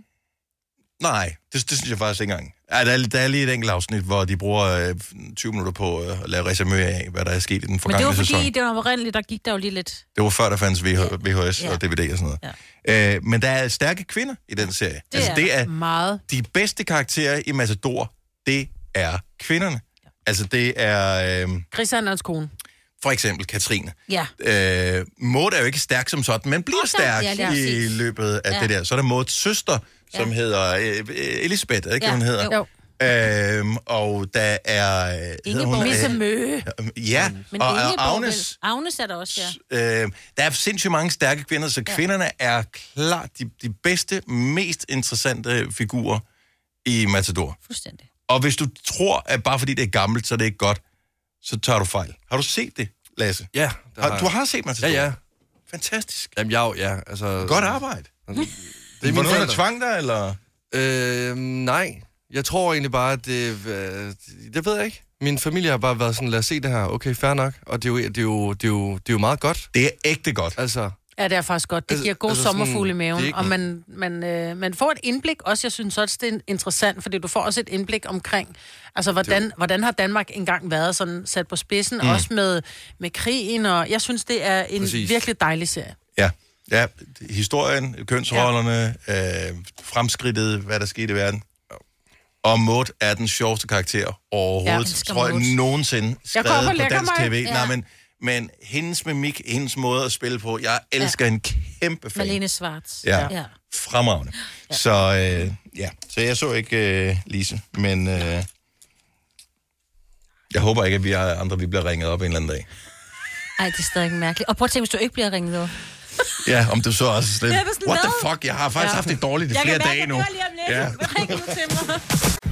Speaker 1: Nej, det, det synes jeg faktisk ikke engang. Ja, der, er, der er lige et enkelt afsnit, hvor de bruger øh, tyve minutter på øh, at lave resumé af, hvad der er sket i den forgangne sæson.
Speaker 3: Men det var fordi, det var oprindeligt, der gik der jo lige lidt...
Speaker 1: Det var før, der fandt V H S ja. og D V D og sådan noget. Ja. Øh, men der er stærke kvinder i den serie.
Speaker 2: Det altså,
Speaker 1: er det er
Speaker 2: meget.
Speaker 1: De bedste karakterer i Matador, det er kvinderne. Ja. Altså, det er... Øh,
Speaker 2: Christian og hans kone.
Speaker 1: For eksempel Katrine.
Speaker 2: Ja.
Speaker 1: Øh, Maud er jo ikke stærk som sådan, men bliver stærk ja, i løbet af ja. det der. Så er der Mauds søster, som ja. hedder øh, Elisabeth, er ikke ja. hun hedder? Jo. Øhm, og der er...
Speaker 2: Ingeborg. Misse Mø.
Speaker 1: Ja,
Speaker 3: men
Speaker 1: og, og Agnes.
Speaker 3: Agnes er der også, ja.
Speaker 1: Øh, der er sindssygt mange stærke kvinder, så ja. kvinderne er klart de, de bedste, mest interessante figurer i Matador.
Speaker 3: Fuldstændig.
Speaker 1: Og hvis du tror, at bare fordi det er gammelt, så er det ikke godt, så tager du fejl. Har du set det, Lasse?
Speaker 5: Ja.
Speaker 1: Har, har du har set Matador?
Speaker 5: Ja, ja.
Speaker 1: Fantastisk.
Speaker 5: Jamen, jeg ja, altså...
Speaker 1: Godt arbejde.
Speaker 5: Altså,
Speaker 1: det er var nogen, der tvang dig, eller?
Speaker 5: Øh, nej. Jeg tror egentlig bare, at det... Øh, det ved jeg ikke. Min familie har bare været sådan, lad os se det her. Okay, fair nok. Og det er jo, det er jo, det er jo, det er jo meget godt.
Speaker 1: Det er ægte godt.
Speaker 5: Altså...
Speaker 2: Ja, det er faktisk godt. Det giver god altså, sommerfugle i maven, og man, man, øh, man får et indblik også. Jeg synes også, det er interessant, fordi du får også et indblik omkring, altså hvordan, hvordan har Danmark engang været sådan sat på spidsen, mm. også med, med krigen, og jeg synes, det er en Præcis. virkelig dejlig serie.
Speaker 1: Ja, ja. Historien, kønsrollerne, ja. øh, fremskridtet, hvad der skete i verden. Og Maud er den sjoveste karakter overhovedet, ja, tror jeg, nogensinde skrevet på dansk tv. Ja. Nej, men Men hendes mimik, hendes måde at spille på, jeg elsker ja. en kæmpe fan.
Speaker 3: Malene Schwartz.
Speaker 1: Ja, ja. Fremragende. Ja. Så øh, ja, så jeg så ikke øh, Lise, men øh, jeg håber ikke, at vi er andre, vi bliver ringet op en eller anden dag.
Speaker 3: Ej, det er stadig mærkeligt. Og prøv at tænke, hvis du ikke bliver ringet op.
Speaker 1: Ja, om du så også slemt.
Speaker 3: Ja,
Speaker 1: What the fuck, jeg har faktisk ja. haft det dårligt i flere
Speaker 3: mærke,
Speaker 1: dage nu.
Speaker 3: Jeg kan mærke, at du ring nu til mig.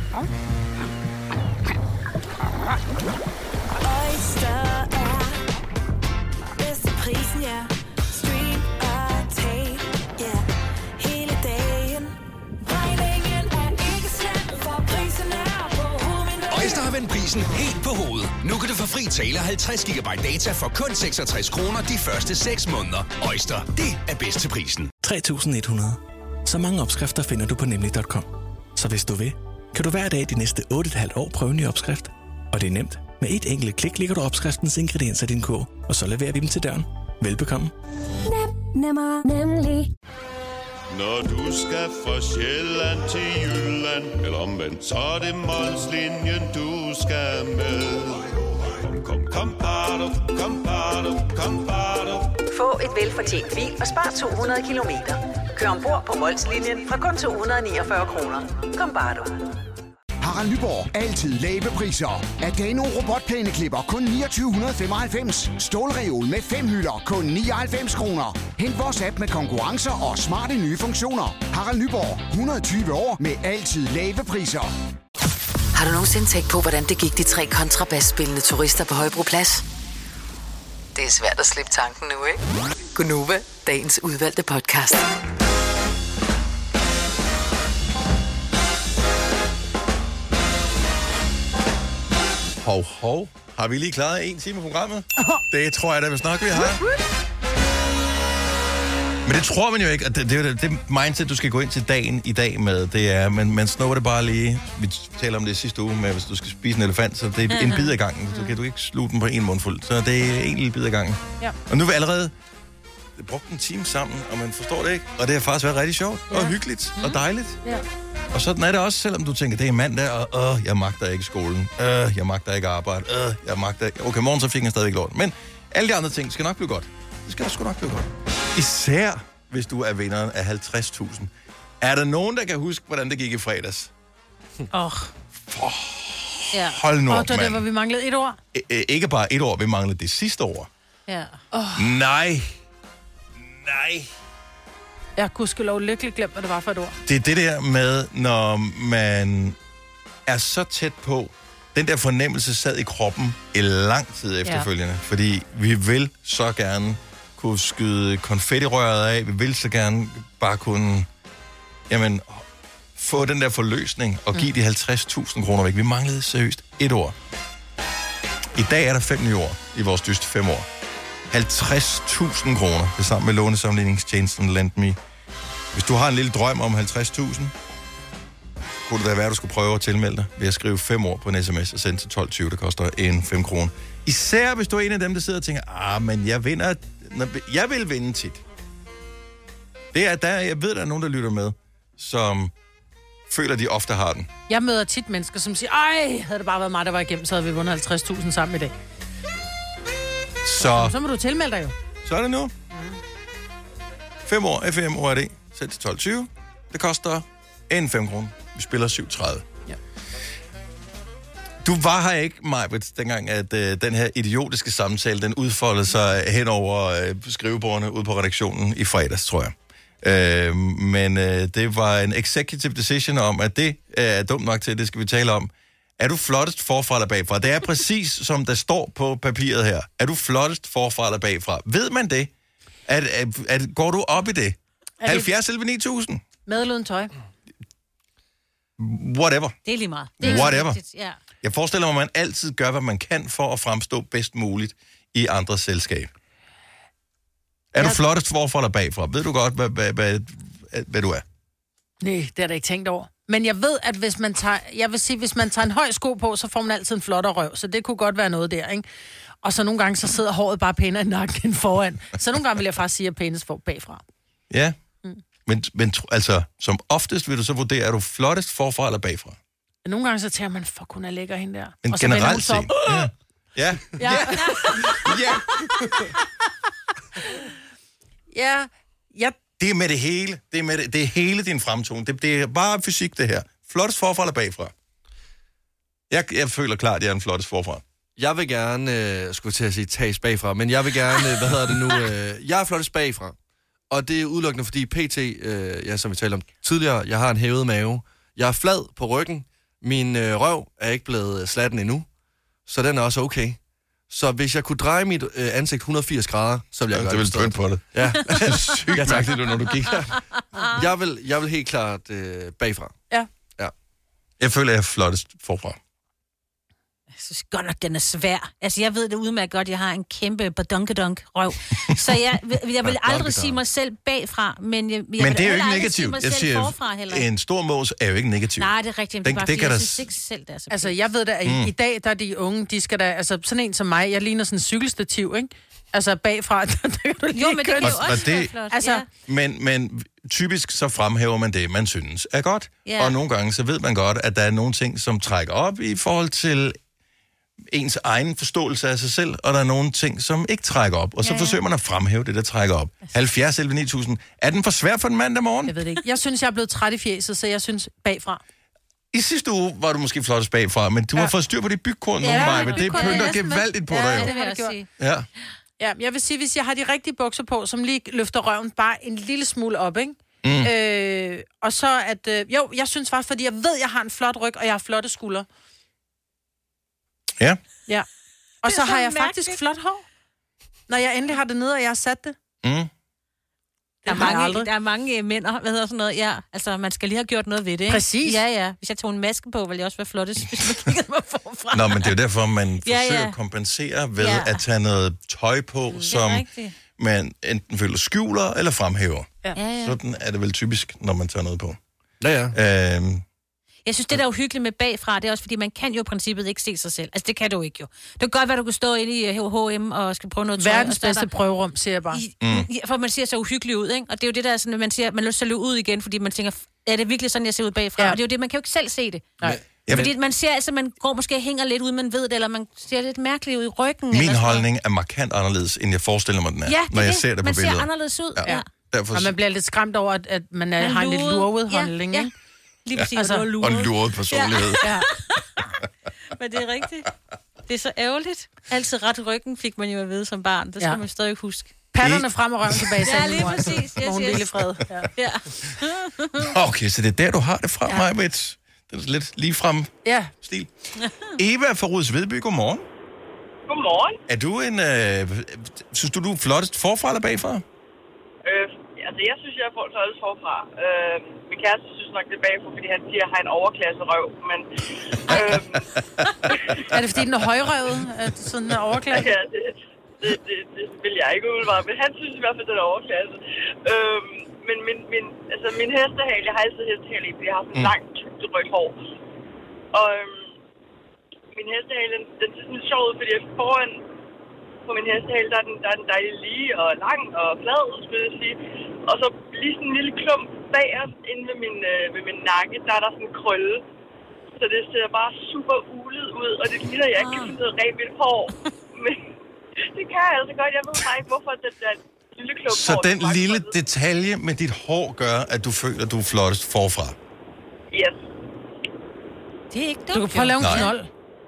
Speaker 12: Oyster er bedst til prisen, ja. Stream og tag, ja. Hele dagen. Regningen er ikke slem, for prisen er på hovedet.
Speaker 11: Oyster har vendt prisen helt på hovedet. Nu kan du få fri tale halvtreds gigabyte data for kun seksogtres kroner de første seks måneder. Oyster, det er bedst til prisen.
Speaker 7: tre tusind et hundrede. Så mange opskrifter finder du på nemlig punktum com. Så hvis du vil, kan du hver dag de næste otte komma fem år prøve en ny opskrift. Og det er nemt. Med et enkelt klik ligger du opskriftens ingredienser i din kog, og så leverer vi dem til døren. Velbekomme.
Speaker 12: Nem, nemmer, nemlig.
Speaker 13: Når du skal fra Sjælland til Jylland, eller omvendt, så er det Molslinjen, du skal med. Kom, kom, kom, bado, kom, bado, kom, bado.
Speaker 14: Få et velfortjent bil og spar to hundrede kilometer. Kør ombord på Molslinjen fra kun to hundrede niogfyrre kroner. Kom, bado.
Speaker 15: Harald Nyborg. Altid lave priser. Adano robotplæneklipper kun niogtyve femoghalvfems. Stålreol med fem hylder kun nioghalvfems kroner. Hent vores app med konkurrencer og smarte nye funktioner. Harald Nyborg. hundrede og tyve år med altid lave priser.
Speaker 6: Har du nogensinde tænkt på, hvordan det gik de tre kontrabasspillende turister på Højbroplads? Det er svært at slippe tanken nu, ikke? Gunova, dagens udvalgte podcast.
Speaker 1: Hov, hov. Har vi lige klaret en time af programmet? Det tror jeg da, hvis nok vi har. Men det tror man jo ikke. Det, det, det, det mindset, du skal gå ind til dagen i dag med, det er, man, man snupper det bare lige. Vi taler om det sidste uge med, hvis du skal spise en elefant, så det er en bid ad gangen. Så kan du ikke sluge den på en mundfuld. Så det er en lille bid ad gangen.
Speaker 2: Ja.
Speaker 1: Og nu er vi allerede brugt en time sammen, og man forstår det ikke. Og det har faktisk været rigtig sjovt, ja. og hyggeligt, mm. og dejligt.
Speaker 2: Ja.
Speaker 1: Og sådan er det også, selvom du tænker, det er mandag, og øh, jeg magter ikke skolen. Øh, jeg magter ikke arbejde. Øh, jeg magter ikke... Okay, morgen så fik jeg stadigvæk lort. Men alle de andre ting skal nok blive godt. Det skal sgu nok blive godt. Især hvis du er vinderen af halvtreds tusind. Er der nogen, der kan huske, hvordan det gik i fredags?
Speaker 2: Åh. Oh.
Speaker 1: Oh,
Speaker 2: ja.
Speaker 1: Hold nu op,
Speaker 2: oh, det var det, hvor vi manglede et år.
Speaker 1: I, ikke bare et år, vi manglede det sidste år.
Speaker 2: Ja. Oh.
Speaker 1: Nej. Nej.
Speaker 2: Jeg kunne sgu lov lykkelig glemt, hvad det var for et år.
Speaker 1: Det er det der med, når man er så tæt på, den der fornemmelse sad i kroppen i lang tid efterfølgende. Ja. Fordi vi vil så gerne kunne skyde konfettirøret af. Vi vil så gerne bare kunne jamen, få den der forløsning og give mm. de halvtreds tusind kroner væk. Vi manglede seriøst et år. I dag er der fem nye år i vores dyste fem år. halvtreds tusind kroner. Det er sammen med lånesamligningstjenesten LendMe. Hvis du har en lille drøm om halvtreds tusind, kunne det da være, at du skulle prøve at tilmelde dig ved at skrive fem år på en sms og sende til tolv tyve. Det koster en fem kroner. Især hvis du er en af dem, der sidder og tænker, ah, men jeg vinder, jeg vil vinde tit. Det er der, jeg ved, der er nogen, der lytter med, som føler, de ofte har den.
Speaker 2: Jeg møder tit mennesker, som siger, ej, havde det bare været mig, der var igennem, så havde vi vundet halvtreds tusind sammen i dag.
Speaker 1: Så,
Speaker 2: så må du tilmelde dig jo.
Speaker 1: Så er det nu. fem år, F M O R D, sæt til tolv tyve. Det koster en fem kroner. Vi spiller syv tredive.
Speaker 2: Ja.
Speaker 1: Du var her ikke, Majbrit, dengang, at øh, den her idiotiske samtale, den udfoldede sig hen over øh, skrivebordene ude på redaktionen i fredags, tror jeg. Øh, men øh, det var en executive decision om, at det øh, er dumt nok til, det skal vi tale om. Er du flottest forfra eller bagfra? Det er præcis, som der står på papiret her. Er du flottest forfra eller bagfra? Ved man det? At, at, at, går du op i det? halvfjerds elleve ni tusind?
Speaker 2: Med eller uden tøj?
Speaker 1: Whatever.
Speaker 3: Det er lige meget. Det er
Speaker 1: Whatever.
Speaker 3: Ja.
Speaker 1: Jeg forestiller mig, at man altid gør, hvad man kan for at fremstå bedst muligt i andres selskab. Er jeg... du flottest forfra eller bagfra? Ved du godt, hvad, hvad, hvad, hvad du er?
Speaker 2: Nej, det har jeg da ikke tænkt over. Men jeg ved, at hvis man tager, jeg vil sige, hvis man tager en høj sko på, så får man altid en flottere røv. Så det kunne godt være noget der, ikke? Og så nogle gange, så sidder håret bare pænere i nakken end foran. Så nogle gange vil jeg faktisk sige, at pænest får bagfra.
Speaker 1: Ja, mm. men, men altså, som oftest vil du så vurdere, er du flottest forfra eller bagfra?
Speaker 2: Nogle gange så tænker man, fuck, hun er lækker hende der.
Speaker 1: Men
Speaker 2: og så
Speaker 1: generelt set,
Speaker 2: så,
Speaker 1: ja. Ja.
Speaker 2: Ja.
Speaker 1: Ja.
Speaker 2: Ja. Ja.
Speaker 1: Det er med det hele. Det er, med det, det er hele din fremtoning. Det, det er bare fysik, det her. Flottest forfra eller bagfra? Jeg, jeg føler klart, at jeg er en flottest forfra.
Speaker 5: Jeg vil gerne, øh, skulle til at sige, tages bagfra, men jeg vil gerne, øh, hvad hedder det nu, øh, jeg er flottest bagfra. Og det er udelukkende, fordi P T, øh, ja, som vi talte om tidligere, jeg har en hævet mave. Jeg er flad på ryggen. Min øh, røv er ikke blevet slatten endnu, så den er også okay. Så hvis jeg kunne dreje mit øh, ansigt et hundrede og firs grader, så ville jeg
Speaker 1: ja,
Speaker 5: gøre det.
Speaker 1: Det ville på det.
Speaker 5: Ja.
Speaker 1: Sygt
Speaker 5: ja, tak.
Speaker 1: mærkeligt, når du gik.
Speaker 5: jeg, vil, jeg vil helt klart øh, bagfra.
Speaker 2: Ja.
Speaker 5: ja.
Speaker 1: Jeg føler, jeg er flottest forfra.
Speaker 3: Jeg synes godt nok, den er svær. Altså, jeg ved det udmærket godt, jeg har en kæmpe badunkedunk-røv. Så jeg, jeg vil aldrig sige mig selv bagfra, men jeg, jeg
Speaker 1: men
Speaker 3: vil
Speaker 1: det er jo ikke
Speaker 3: aldrig
Speaker 1: negativt.
Speaker 3: sige mig
Speaker 1: Jeg
Speaker 3: selv
Speaker 1: siger,
Speaker 3: forfra heller.
Speaker 1: en stor mås er jo ikke negativ.
Speaker 3: Nej, det er rigtigt.
Speaker 1: Den,
Speaker 3: Det er bare,
Speaker 1: det
Speaker 3: fordi
Speaker 1: kan
Speaker 3: jeg
Speaker 1: der...
Speaker 3: synes ikke selv, det er så
Speaker 2: Altså, jeg ved da, at mm. i dag, der er de unge, de skal da, altså sådan en som mig, jeg ligner sådan en cykelstativ, ikke? Altså bagfra, der kan du lige
Speaker 3: Jo, men det kan jo
Speaker 1: og,
Speaker 3: også
Speaker 1: og det,
Speaker 3: være flot.
Speaker 2: Altså,
Speaker 3: ja.
Speaker 1: men, men typisk så fremhæver man det, man synes er godt.
Speaker 3: Ja.
Speaker 1: Og nogle gange så ved man godt, at der er nogle ting, som trækker op i forhold til ens egen forståelse af sig selv, og der er nogle ting, som ikke trækker op. Og så
Speaker 2: Ja.
Speaker 1: forsøger man at fremhæve det, der trækker op. halvfjerds elleve ni tusind. Er den for svær for en mandag morgen?
Speaker 2: Jeg ved det ikke. Jeg synes, jeg er blevet træt i fjeset, så jeg synes bagfra.
Speaker 1: I sidste uge var du måske flottest bagfra, men du ja. har fået styr på det bygkorn nogle
Speaker 2: Ja,
Speaker 1: ja, men det
Speaker 2: bygkorn,
Speaker 1: pynter
Speaker 2: ja,
Speaker 1: gevaldigt på
Speaker 2: ja,
Speaker 1: dig jo.
Speaker 2: det vil jeg sige.
Speaker 1: Ja.
Speaker 2: Ja, jeg vil sige, hvis jeg har de rigtige bukser på, som lige løfter røven bare en lille smule op, ikke?
Speaker 1: Mm.
Speaker 2: Øh, og så at... Øh, jo, jeg synes faktisk, fordi jeg ved, jeg har en flot ryg, og jeg har flotte skuldre.
Speaker 1: Ja.
Speaker 2: Ja. Og
Speaker 3: Det
Speaker 2: så
Speaker 3: er så
Speaker 2: har jeg
Speaker 3: mærkeligt.
Speaker 2: faktisk flot hår. Når jeg endelig har det nede, og jeg har sat det.
Speaker 1: Mm.
Speaker 3: Der er,
Speaker 2: har jeg
Speaker 3: mange,
Speaker 2: aldrig.
Speaker 3: der er mange øh, mænd, og hvad hedder sådan noget, ja, altså man skal lige have gjort noget ved det, ikke?
Speaker 2: Præcis.
Speaker 3: Ja, ja. Hvis jeg tog en maske på, ville jeg også være flottest, hvis man kiggede mig forfra.
Speaker 1: Nå, men det er jo derfor, man
Speaker 3: Ja,
Speaker 1: forsøger
Speaker 3: ja.
Speaker 1: at kompensere ved
Speaker 3: Ja.
Speaker 1: at tage noget tøj på,
Speaker 3: Det
Speaker 1: som
Speaker 3: er rigtigt.
Speaker 1: man enten føler skjuler eller fremhæver.
Speaker 3: Ja. Ja, ja.
Speaker 1: Sådan er det vel typisk, når man tager noget på.
Speaker 5: Ja, ja.
Speaker 1: Øhm,
Speaker 3: Jeg synes, det der er uhyggeligt med bagfra, det er også, fordi man kan jo i princippet ikke se sig selv. Altså, det kan du ikke jo. Det kan godt være, du kan stå inde i H og M og skal prøve noget tøj.
Speaker 2: Verdens
Speaker 3: og så er
Speaker 2: bedste
Speaker 3: der-
Speaker 2: prøverum, siger jeg bare.
Speaker 3: I,
Speaker 1: Mm.
Speaker 3: ja, for man ser så uhyggeligt ud, ikke? Og det er jo det der, sådan, at man siger, man har lyst til at løbe ud igen, fordi man tænker, er det virkelig sådan, jeg ser ud bagfra?
Speaker 2: Ja.
Speaker 3: Og det er jo det, man kan jo ikke selv se det.
Speaker 2: Nej.
Speaker 3: Fordi man ser, altså, man går måske og hænger lidt ud, man ved det, eller man ser lidt mærkeligt ud i ryggen.
Speaker 1: min
Speaker 3: eller sådan
Speaker 1: holdning er markant anderledes, end jeg forestiller mig, den er,
Speaker 3: noget. Ja, det
Speaker 1: når
Speaker 3: er
Speaker 1: jeg
Speaker 3: det.
Speaker 1: ser det på
Speaker 3: man
Speaker 1: billeder.
Speaker 3: ser anderledes ud.
Speaker 1: Ja.
Speaker 3: Ja.
Speaker 1: Derfor,
Speaker 2: Og man bliver lidt skræmt over, at, at man, er,
Speaker 3: Man
Speaker 2: har en lidt
Speaker 3: luret.
Speaker 2: lurvet
Speaker 3: Ja,
Speaker 2: holdning,
Speaker 3: ja.
Speaker 2: ikke?
Speaker 3: Lige
Speaker 1: Ja.
Speaker 3: præcis,
Speaker 2: Altså-
Speaker 3: altså,
Speaker 1: og en luret personlighed.
Speaker 2: Ja.
Speaker 3: Men det er rigtigt. Det er så ærgerligt. Altid ret ryggen fik man jo at vide som barn. Det skal
Speaker 2: Ja.
Speaker 3: man stadig huske.
Speaker 2: Patterne frem og røven tilbage.
Speaker 3: Ja,
Speaker 2: sagde
Speaker 3: lige
Speaker 2: min mor altid.
Speaker 3: præcis.
Speaker 2: Må
Speaker 3: Yes,
Speaker 2: hun
Speaker 3: yes.
Speaker 2: hvile i fred. Ja.
Speaker 3: Ja.
Speaker 1: Okay, så det er der, du har det fra, ja. mig, Britt. Det er lidt ligefrem
Speaker 2: Ja.
Speaker 1: stil. Eva fra Ruds Vedby, godmorgen.
Speaker 16: Godmorgen.
Speaker 1: Er du en... Øh, synes du, du er flottest forfra eller bagfra?
Speaker 16: Øh, altså, jeg synes, jeg er folk alles forfra. Øh, min kæreste synes nok, det er bagfra, fordi han siger, at jeg har en overklasse røv. Men, øh,
Speaker 2: Er det fordi, den er højrøvet? At sådan er overklasse?
Speaker 16: ja, det, det, det, det vil jeg ikke umiddelbart, men han synes i hvert fald, at den er overklasse. Øh, men min, min, altså, min hestehale, jeg har altid hestehale i, fordi jeg har sådan
Speaker 1: Mm.
Speaker 16: langt, tykt rødt hår. Og øhm, min hestehale, den, den ser sådan sjov ud, fordi foran på min hestehale, der er den, der er den dejlig lige og lang og flad, skulle jeg sige. Og så lige sådan en lille klump bagerst inde ved min, øh, ved min nakke, der er der sådan en krølle. Så det ser bare super ulet ud, og det ligner, at jeg ikke kan finde noget rent mit hår. Men det kan jeg altså godt. Jeg ved bare ikke, hvorfor den der lille klump
Speaker 1: Så
Speaker 16: hår,
Speaker 1: den
Speaker 16: det er
Speaker 1: lille
Speaker 16: krøllet.
Speaker 1: detalje med dit hår gør, at du føler, at du er flottest forfra?
Speaker 16: Yes.
Speaker 3: Det er ikke dumt.
Speaker 2: Du kan prøve at lave en
Speaker 1: Nej.
Speaker 2: knold.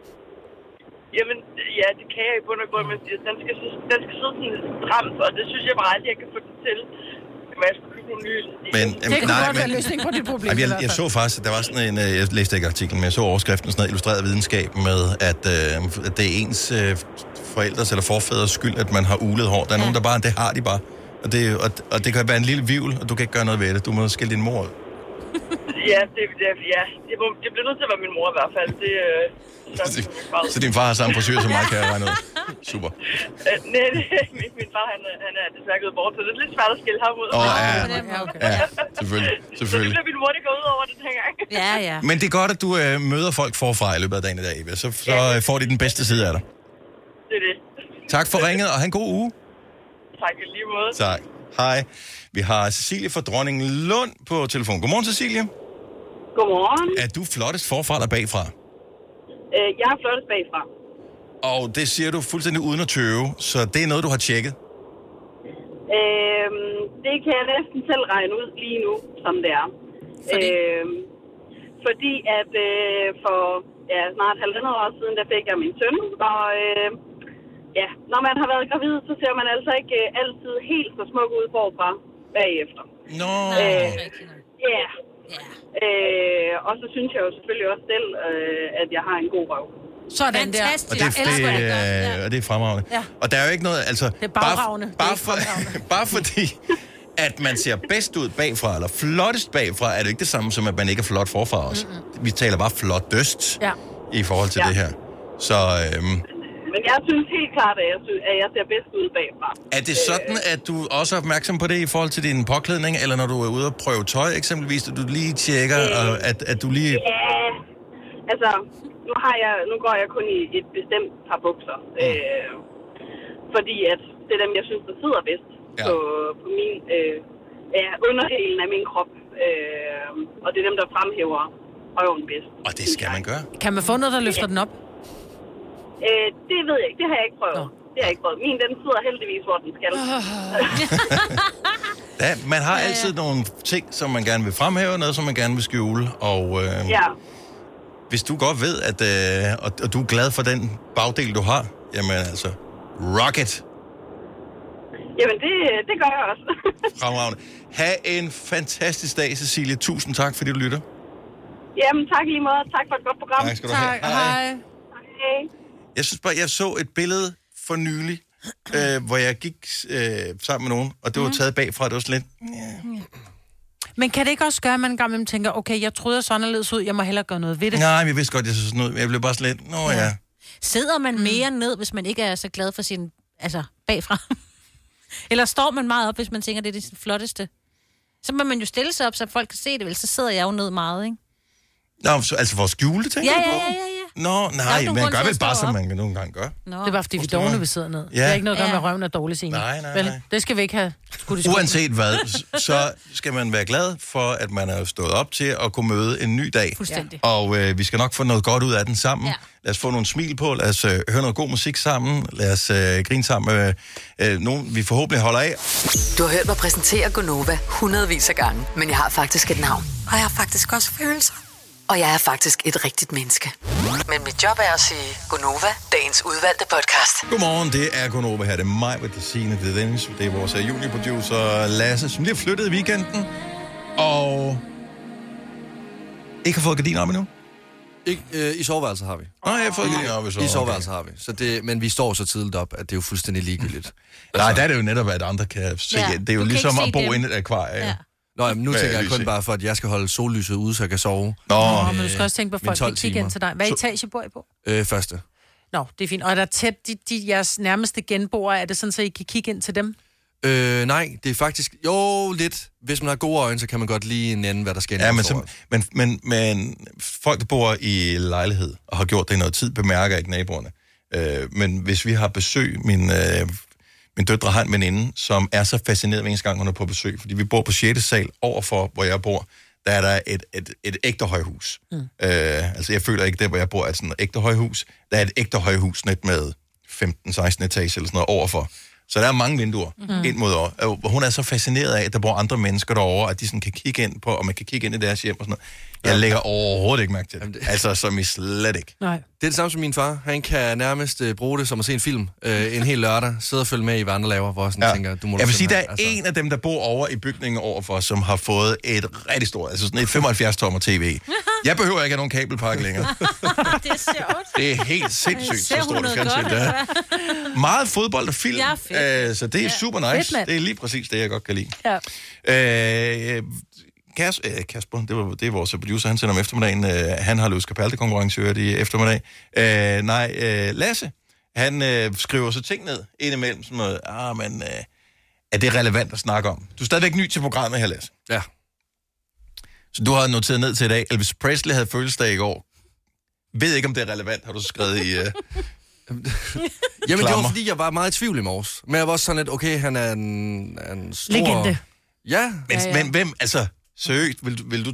Speaker 16: Jamen, ja, det kan jeg i bund og grund, men den skal, så- den skal sidde sådan stramt, og det synes jeg bare aldrig, jeg kan få den til. Men jeg skulle købe nogle nye.
Speaker 1: Men,
Speaker 2: Det kunne
Speaker 1: nej,
Speaker 2: godt være
Speaker 1: men,
Speaker 2: løsning på dit problem.
Speaker 1: Jamen,
Speaker 2: i
Speaker 1: jeg,
Speaker 2: hvert
Speaker 1: jeg
Speaker 2: fald.
Speaker 1: så faktisk, at der var sådan en, øh, jeg læste ikke artiklen, men jeg så overskriften, sådan noget illustreret videnskab med, at, øh, at det er ens øh, forældres eller forfædres skyld, at man har ulet hår. Der er ja. nogen, der bare, det har de bare. Og det, og, og det kan være en lille vivl, og du kan ikke gøre noget ved det. Du må skille din mor ud.
Speaker 16: Ja, det, det, ja, det, må, det bliver nødt til at være min mor i hvert fald. Det, øh, så,
Speaker 1: Så din far har samme frisyr som mig, kan jeg regne ud. Super.
Speaker 16: øh, nej, nej, min, min far, han, er- han er desværre gået bort, så det er lidt svært at skille ham ud.
Speaker 1: Åh, ja.
Speaker 3: Ja, okay.
Speaker 1: Ja, selvfølgelig.
Speaker 16: Så det
Speaker 1: selvfølgelig.
Speaker 16: bliver min mor, der går ud over det den her gang.
Speaker 3: Ja, ja.
Speaker 1: Men det er godt, at du øh, møder folk forfra i løbet af dagen i dag, Eva. Så, så øh, får de den bedste side af dig.
Speaker 16: Det er det.
Speaker 1: Tak for ringet, og have en god uge.
Speaker 16: Tak i lige måde.
Speaker 1: Tak. Hej. Vi har Cecilie fra Dronningen Lund på telefon. Godmorgen, Cecilie.
Speaker 16: Godmorgen.
Speaker 1: Er du flottest forfra eller bagfra?
Speaker 16: Øh, jeg er flottest bagfra.
Speaker 1: Og det siger du fuldstændig uden at tøve, så det er noget, du har tjekket?
Speaker 17: Øhm, det kan jeg næsten selv regne ud lige nu, som det er. Fordi, øhm, fordi at øh, for ja, snart halvandet år siden, der fik jeg min søn, og øh, ja, når man har været gravid, så ser man altså ikke øh, altid helt så smuk ud forfra bagefter.
Speaker 1: Nå.
Speaker 17: Øh, ja. Øh, og så synes jeg jo selvfølgelig også selv, øh, at jeg har en god røv.
Speaker 2: Sådan
Speaker 3: Fantastisk.
Speaker 1: Og det,
Speaker 2: Jeg elsker
Speaker 1: det,
Speaker 2: det.
Speaker 1: øh, og det er fremragende.
Speaker 2: Ja.
Speaker 1: Og der er jo ikke noget, altså...
Speaker 2: Det er bagragende.
Speaker 1: Bare, bare, for, bare fordi, at man ser bedst ud bagfra, eller flottest bagfra, er det ikke det samme som, at man ikke er flot forfra også. Mm-hmm. Vi taler bare flottest
Speaker 2: ja.
Speaker 1: i forhold til ja. det her. Så... Øhm,
Speaker 17: Men jeg synes helt klart, at jeg, synes, at jeg ser bedst ud bagfra.
Speaker 1: Er det sådan, at du også er opmærksom på det i forhold til din påklædning, eller når du er ude og prøve tøj eksempelvis, at du lige tjekker, øh, og at, at du lige...
Speaker 17: Ja, altså, nu, har jeg, nu går jeg kun i et bestemt par bukser, mm. øh, fordi at det er dem, jeg synes, der sidder bedst ja. på, på min øh, ja, underdelen af min krop, øh, og det er dem, der fremhæver røven bedst.
Speaker 1: Og det skal man gøre.
Speaker 2: Kan man få noget, der løfter ja. den op?
Speaker 17: Øh, det ved jeg ikke. Det har jeg ikke prøvet. Nå. Det har jeg ikke prøvet. Min, den sidder heldigvis, hvor den skal.
Speaker 1: Ja, man har altid nogle ting, som man gerne vil fremhæve, noget, som man gerne vil skjule. Og øh,
Speaker 17: ja.
Speaker 1: hvis du godt ved, at øh, og, og du er glad for den bagdel, du har, jamen altså, rock it.
Speaker 17: Jamen, det, det gør jeg også.
Speaker 1: Fremragende. Ha' en fantastisk dag, Cecilie. Tusind tak, fordi du lytter.
Speaker 17: Jamen, tak lige måde. Tak for et godt program.
Speaker 1: Tak skal du have.
Speaker 2: Tak. Hej.
Speaker 17: Hej.
Speaker 1: Jeg synes bare, jeg så et billede for nylig, øh, hvor jeg gik øh, sammen med nogen, og det var
Speaker 2: Mm.
Speaker 1: taget bagfra, det var sådan lidt... Yeah.
Speaker 2: Men kan det ikke også gøre, at man engang tænker, okay, jeg troede, jeg så anderledes ud, jeg må hellere gøre noget ved det?
Speaker 1: Nej, men jeg vidste godt, jeg så sådan ud. Jeg blev bare sådan lidt, nå ja. ja.
Speaker 3: Sidder man mere ned, hvis man ikke er så glad for sin... Altså, bagfra? Eller står man meget op, hvis man tænker, det er det flotteste? Så må man jo stille sig op, så folk kan se det vel. Så sidder jeg jo ned meget, ikke?
Speaker 1: Nå, så, altså for at skjule det, tænker
Speaker 3: Ja,
Speaker 1: du
Speaker 3: ja,
Speaker 1: på?
Speaker 3: ja, ja, ja.
Speaker 1: Nå, nej, man gør vel bare, som man nogle gange gør.
Speaker 2: Nå. Det er bare, fordi vi dogne vil sidde ned.
Speaker 1: Ja.
Speaker 2: Det er ikke noget, der
Speaker 1: Ja.
Speaker 2: med røven er dårlig scene.
Speaker 1: Nej, nej,
Speaker 2: Vel,
Speaker 1: nej.
Speaker 2: det skal vi ikke have skudt i
Speaker 1: Uanset hvad, så skal man være glad for, at man er stået op til at kunne møde en ny dag.
Speaker 3: Fuldstændig.
Speaker 1: Og øh, vi skal nok få noget godt ud af den sammen. Ja. Lad os få nogle smil på, lad os øh, høre noget god musik sammen, lad os øh, grine sammen med øh, nogen, vi forhåbentlig holder af.
Speaker 6: Du har hørt mig præsentere Gonova hundredvis af gange, men jeg har faktisk et navn. Og jeg har faktisk også følelser. Og jeg er faktisk et rigtigt menneske. Men mit job er at sige Gonova, dagens udvalgte podcast.
Speaker 1: Godmorgen, det er Gunova her. Det er mig, det er Signe, det er Dennis, det er vores uh, juniorproducer Lasse, som lige har flyttet i weekenden, og ikke har fået gardiner op endnu.
Speaker 5: Ikke, øh, I soveværelset har vi.
Speaker 1: Nej, jeg har fået gardiner op i
Speaker 5: I soveværelset har vi. Så det, men vi står så tidligt op, at det er jo fuldstændig ligegyldigt.
Speaker 1: Nej, der er det jo netop, at andre kan se.
Speaker 5: Ja,
Speaker 1: Ja, det er jo
Speaker 5: du kan
Speaker 1: ligesom
Speaker 5: ikke
Speaker 1: at
Speaker 5: se
Speaker 1: bo
Speaker 5: dem.
Speaker 1: inde i et akvarie. Ja.
Speaker 5: Nå, jamen, nu
Speaker 1: Hvad
Speaker 5: tænker
Speaker 1: er
Speaker 5: jeg kun
Speaker 1: lyset?
Speaker 5: bare for, at jeg skal holde sollyset ude, så jeg kan sove.
Speaker 1: Nå,
Speaker 2: Nå, men du skal også tænke på, at
Speaker 5: Mine
Speaker 2: folk
Speaker 5: tolv
Speaker 2: kan kigge
Speaker 5: timer.
Speaker 2: ind til dig. Hvad
Speaker 5: Så-
Speaker 2: etage bor I på?
Speaker 5: Øh, første.
Speaker 2: Nå, det er fint. Og er der tæt, de, de jeres nærmeste genboere, er det sådan, så I kan kigge ind til dem?
Speaker 5: Øh, nej, det er faktisk... Jo, lidt. Hvis man har gode øjne, så kan man godt lige nænde, hvad der sker.
Speaker 1: Ja, men, så, men, men, men folk, der bor i lejlighed og har gjort det i noget tid, bemærker ikke naboerne. Øh, men hvis vi har besøg, min, øh, min døtre har en veninde, som er så fascineret hver eneste gang, hun er på besøg, fordi vi bor på sjette sal overfor, hvor jeg bor, der er der et, et, et ægte højhus. Mm. Øh, altså, jeg føler ikke, der hvor jeg bor er sådan et ægte højhus. Der er et ægte højhus net med femten seksten etage eller sådan noget overfor. Så der er mange vinduer mm. ind mod over. Og hun er så fascineret af, at der bor andre mennesker derovre, at de sådan kan kigge ind på, og man kan kigge ind i deres hjem og sådan noget. Jeg lægger overhovedet ikke mærke til det. Altså, som I slet ikke.
Speaker 2: Nej.
Speaker 5: Det er det samme som min far. Han kan nærmest øh, bruge det som at se en film øh, en hel lørdag. Sidde og følge med i, hvad andre laver, hvor jeg sådan ja. tænker, du må
Speaker 1: Jeg vil sige, der er
Speaker 5: altså.
Speaker 1: en af dem, der bor over i bygningen overfor, som har fået et rigtig stort, altså sådan et femoghalvfjerds tommer tv. Jeg behøver ikke have nogen kabelpakke længere.
Speaker 3: Det er sjovt.
Speaker 1: Det er helt sindssygt,
Speaker 3: Ser
Speaker 1: så
Speaker 3: hun
Speaker 1: stort et
Speaker 3: noget
Speaker 1: fjernsyn
Speaker 3: godt,
Speaker 1: det
Speaker 3: eller
Speaker 1: er. Meget fodbold og film,
Speaker 3: Ja, fedt.
Speaker 1: øh, så det er
Speaker 3: Ja.
Speaker 1: super
Speaker 3: Fedt,
Speaker 1: nice.
Speaker 3: mand.
Speaker 1: Det er lige præcis det, jeg godt kan lide.
Speaker 2: Ja.
Speaker 1: Øh, Kas, øh, Kasper, det, var, det er vores producer, han sender om eftermiddagen. Øh, han har løst Kapalte-konkurrence i eftermiddag. Øh, nej, øh, Lasse, han øh, skriver så ting ned indimellem, som noget, ah, men øh, er det relevant at snakke om? Du er stadigvæk ny til programmet her, Lasse.
Speaker 5: Ja.
Speaker 1: Så du har noteret ned til i dag. Elvis Presley havde fødselsdag i går. Ved ikke, om det er relevant, har du skrevet i... Øh,
Speaker 5: Jamen, det var
Speaker 1: Klammer.
Speaker 5: fordi, jeg var meget i tvivl i morges. Men jeg var også sådan lidt, okay, han er en, en stor...
Speaker 2: Legende.
Speaker 5: Ja.
Speaker 1: Men,
Speaker 2: Ja, ja.
Speaker 1: men hvem, altså, seriøst, vil, du- vil du...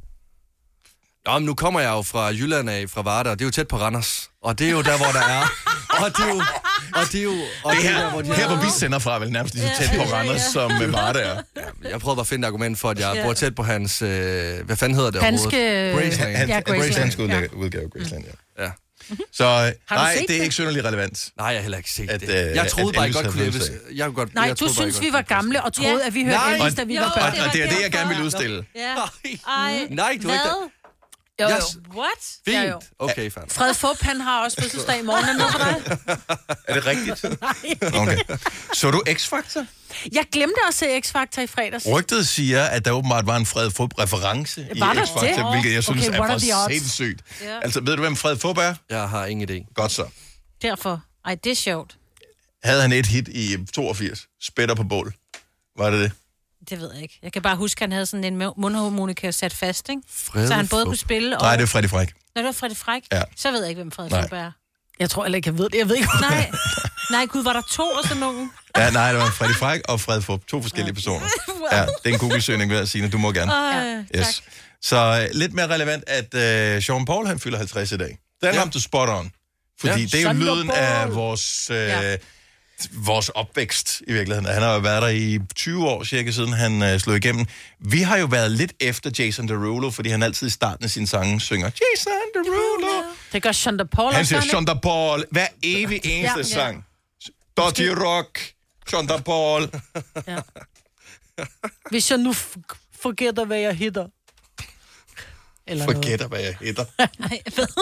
Speaker 5: Nå, men nu kommer jeg jo fra Jylland af, fra Varde, og det er jo tæt på Randers. Og det er jo der, hvor der er og det er jo... Og det er jo... Og
Speaker 1: det
Speaker 5: det
Speaker 1: her,
Speaker 5: der, hvor de
Speaker 1: her, hvor vi sender fra, vel nærmest lige så tæt på Randers, som med Varde er.
Speaker 5: Ja, jeg prøvede bare at finde et argument for, at jeg
Speaker 2: Ja.
Speaker 5: bor tæt på hans... Øh, hvad fanden hedder det
Speaker 2: Hanske-
Speaker 5: overhovedet? Graceland.
Speaker 2: Ja, Graceland.
Speaker 1: Gracelands udgave,
Speaker 2: Ja.
Speaker 1: udgave af Graceland, ja.
Speaker 5: Ja.
Speaker 1: Så øh,
Speaker 2: Har du
Speaker 1: nej,
Speaker 2: set
Speaker 1: det er
Speaker 2: det?
Speaker 1: ikke synderligt relevant.
Speaker 5: Nej, jeg har heller ikke set
Speaker 1: at,
Speaker 5: det.
Speaker 1: øh,
Speaker 5: Jeg troede
Speaker 1: at
Speaker 5: bare, jeg
Speaker 1: Elvis
Speaker 5: godt
Speaker 1: havde
Speaker 5: kunne lide,
Speaker 1: fødselsdag.
Speaker 5: jeg kunne godt,
Speaker 2: Nej,
Speaker 5: jeg
Speaker 2: du
Speaker 5: troede bare, jeg
Speaker 2: synes,
Speaker 5: godt
Speaker 2: vi var gamle og troede, at vi hørte
Speaker 5: Nej.
Speaker 2: Elvis, da vi
Speaker 1: Og,
Speaker 2: var
Speaker 1: og,
Speaker 2: børn.
Speaker 1: og det er det, jeg gerne vil udstille.
Speaker 3: Ja.
Speaker 5: Nej,
Speaker 3: Ej.
Speaker 5: nej, du er ikke der.
Speaker 3: Hvad?
Speaker 2: Jo, jo.
Speaker 5: Yes.
Speaker 3: What?
Speaker 5: Fint.
Speaker 2: Ja, jo.
Speaker 5: Okay, fair.
Speaker 2: Fred Fup, han har også fødselsdag i morgen. Er det noget for dig?
Speaker 1: Er det rigtigt?
Speaker 2: Nej.
Speaker 1: Okay. Så du X-Factor?
Speaker 2: Jeg glemte at se X-Factor i fredags.
Speaker 1: Rygtet siger, at der åbenbart var en Fred Fup-reference i
Speaker 2: Var der
Speaker 1: X-Factor,
Speaker 2: det?
Speaker 1: hvilket jeg synes
Speaker 2: Okay,
Speaker 1: er
Speaker 2: what are
Speaker 1: for
Speaker 2: the odds?
Speaker 1: sindssygt.
Speaker 3: Ja.
Speaker 1: Altså, ved du, hvem Fred Fup er?
Speaker 5: Jeg har ingen idé.
Speaker 1: Godt så.
Speaker 3: Derfor. Ej, det er sjovt.
Speaker 1: Havde han et hit i toogfirs? Spætter på bål. Var det det?
Speaker 3: Det ved jeg ikke. Jeg kan bare huske, at han havde sådan en mu- mundharmonika sat fast, ikke?
Speaker 1: Fred
Speaker 3: Så han både
Speaker 1: Fup.
Speaker 3: kunne spille og...
Speaker 1: Nej, det er Freddy Fræk.
Speaker 3: Når det var Freddy Fræk,
Speaker 1: Ja.
Speaker 3: så ved jeg ikke, hvem Freddy
Speaker 1: Nej.
Speaker 3: Fup er.
Speaker 2: Jeg tror heller ikke, jeg ved det. Jeg ved ikke.
Speaker 3: Nej. Nej, gud, var der to og sådan nogen?
Speaker 1: Ja, nej, det var Freddy Fræk og Fred Fup. To forskellige personer. Ja, det er en Google-søgning ved at sige, du må gerne.
Speaker 3: Ej,
Speaker 1: Yes. Så øh, lidt mere relevant, at øh, Sean Paul, han fylder halvtreds i dag. Den
Speaker 5: Ja.
Speaker 1: ramte du spot on. Fordi
Speaker 5: Ja.
Speaker 1: det er jo
Speaker 2: Sean
Speaker 1: lyden
Speaker 2: Paul.
Speaker 1: af vores, øh,
Speaker 2: Ja.
Speaker 1: vores opvækst i virkeligheden. Han har jo været der i tyve år cirka siden han øh, slog igennem. Vi har jo været lidt efter Jason Derulo, fordi han altid i starten af sine sange synger Jason Derulo.
Speaker 2: Det gør Shonda Paul
Speaker 1: Han
Speaker 2: også,
Speaker 1: siger
Speaker 2: gør
Speaker 1: Sean Paul hver evig eneste
Speaker 2: Ja, ja.
Speaker 1: sang. Dottie Rock, Sean Paul.
Speaker 2: Ja. Hvis jeg nu f- forgætter, hvad jeg hitter. Eller noget.
Speaker 1: Forgætter, hvad jeg hedder.
Speaker 3: Nej, jeg ved.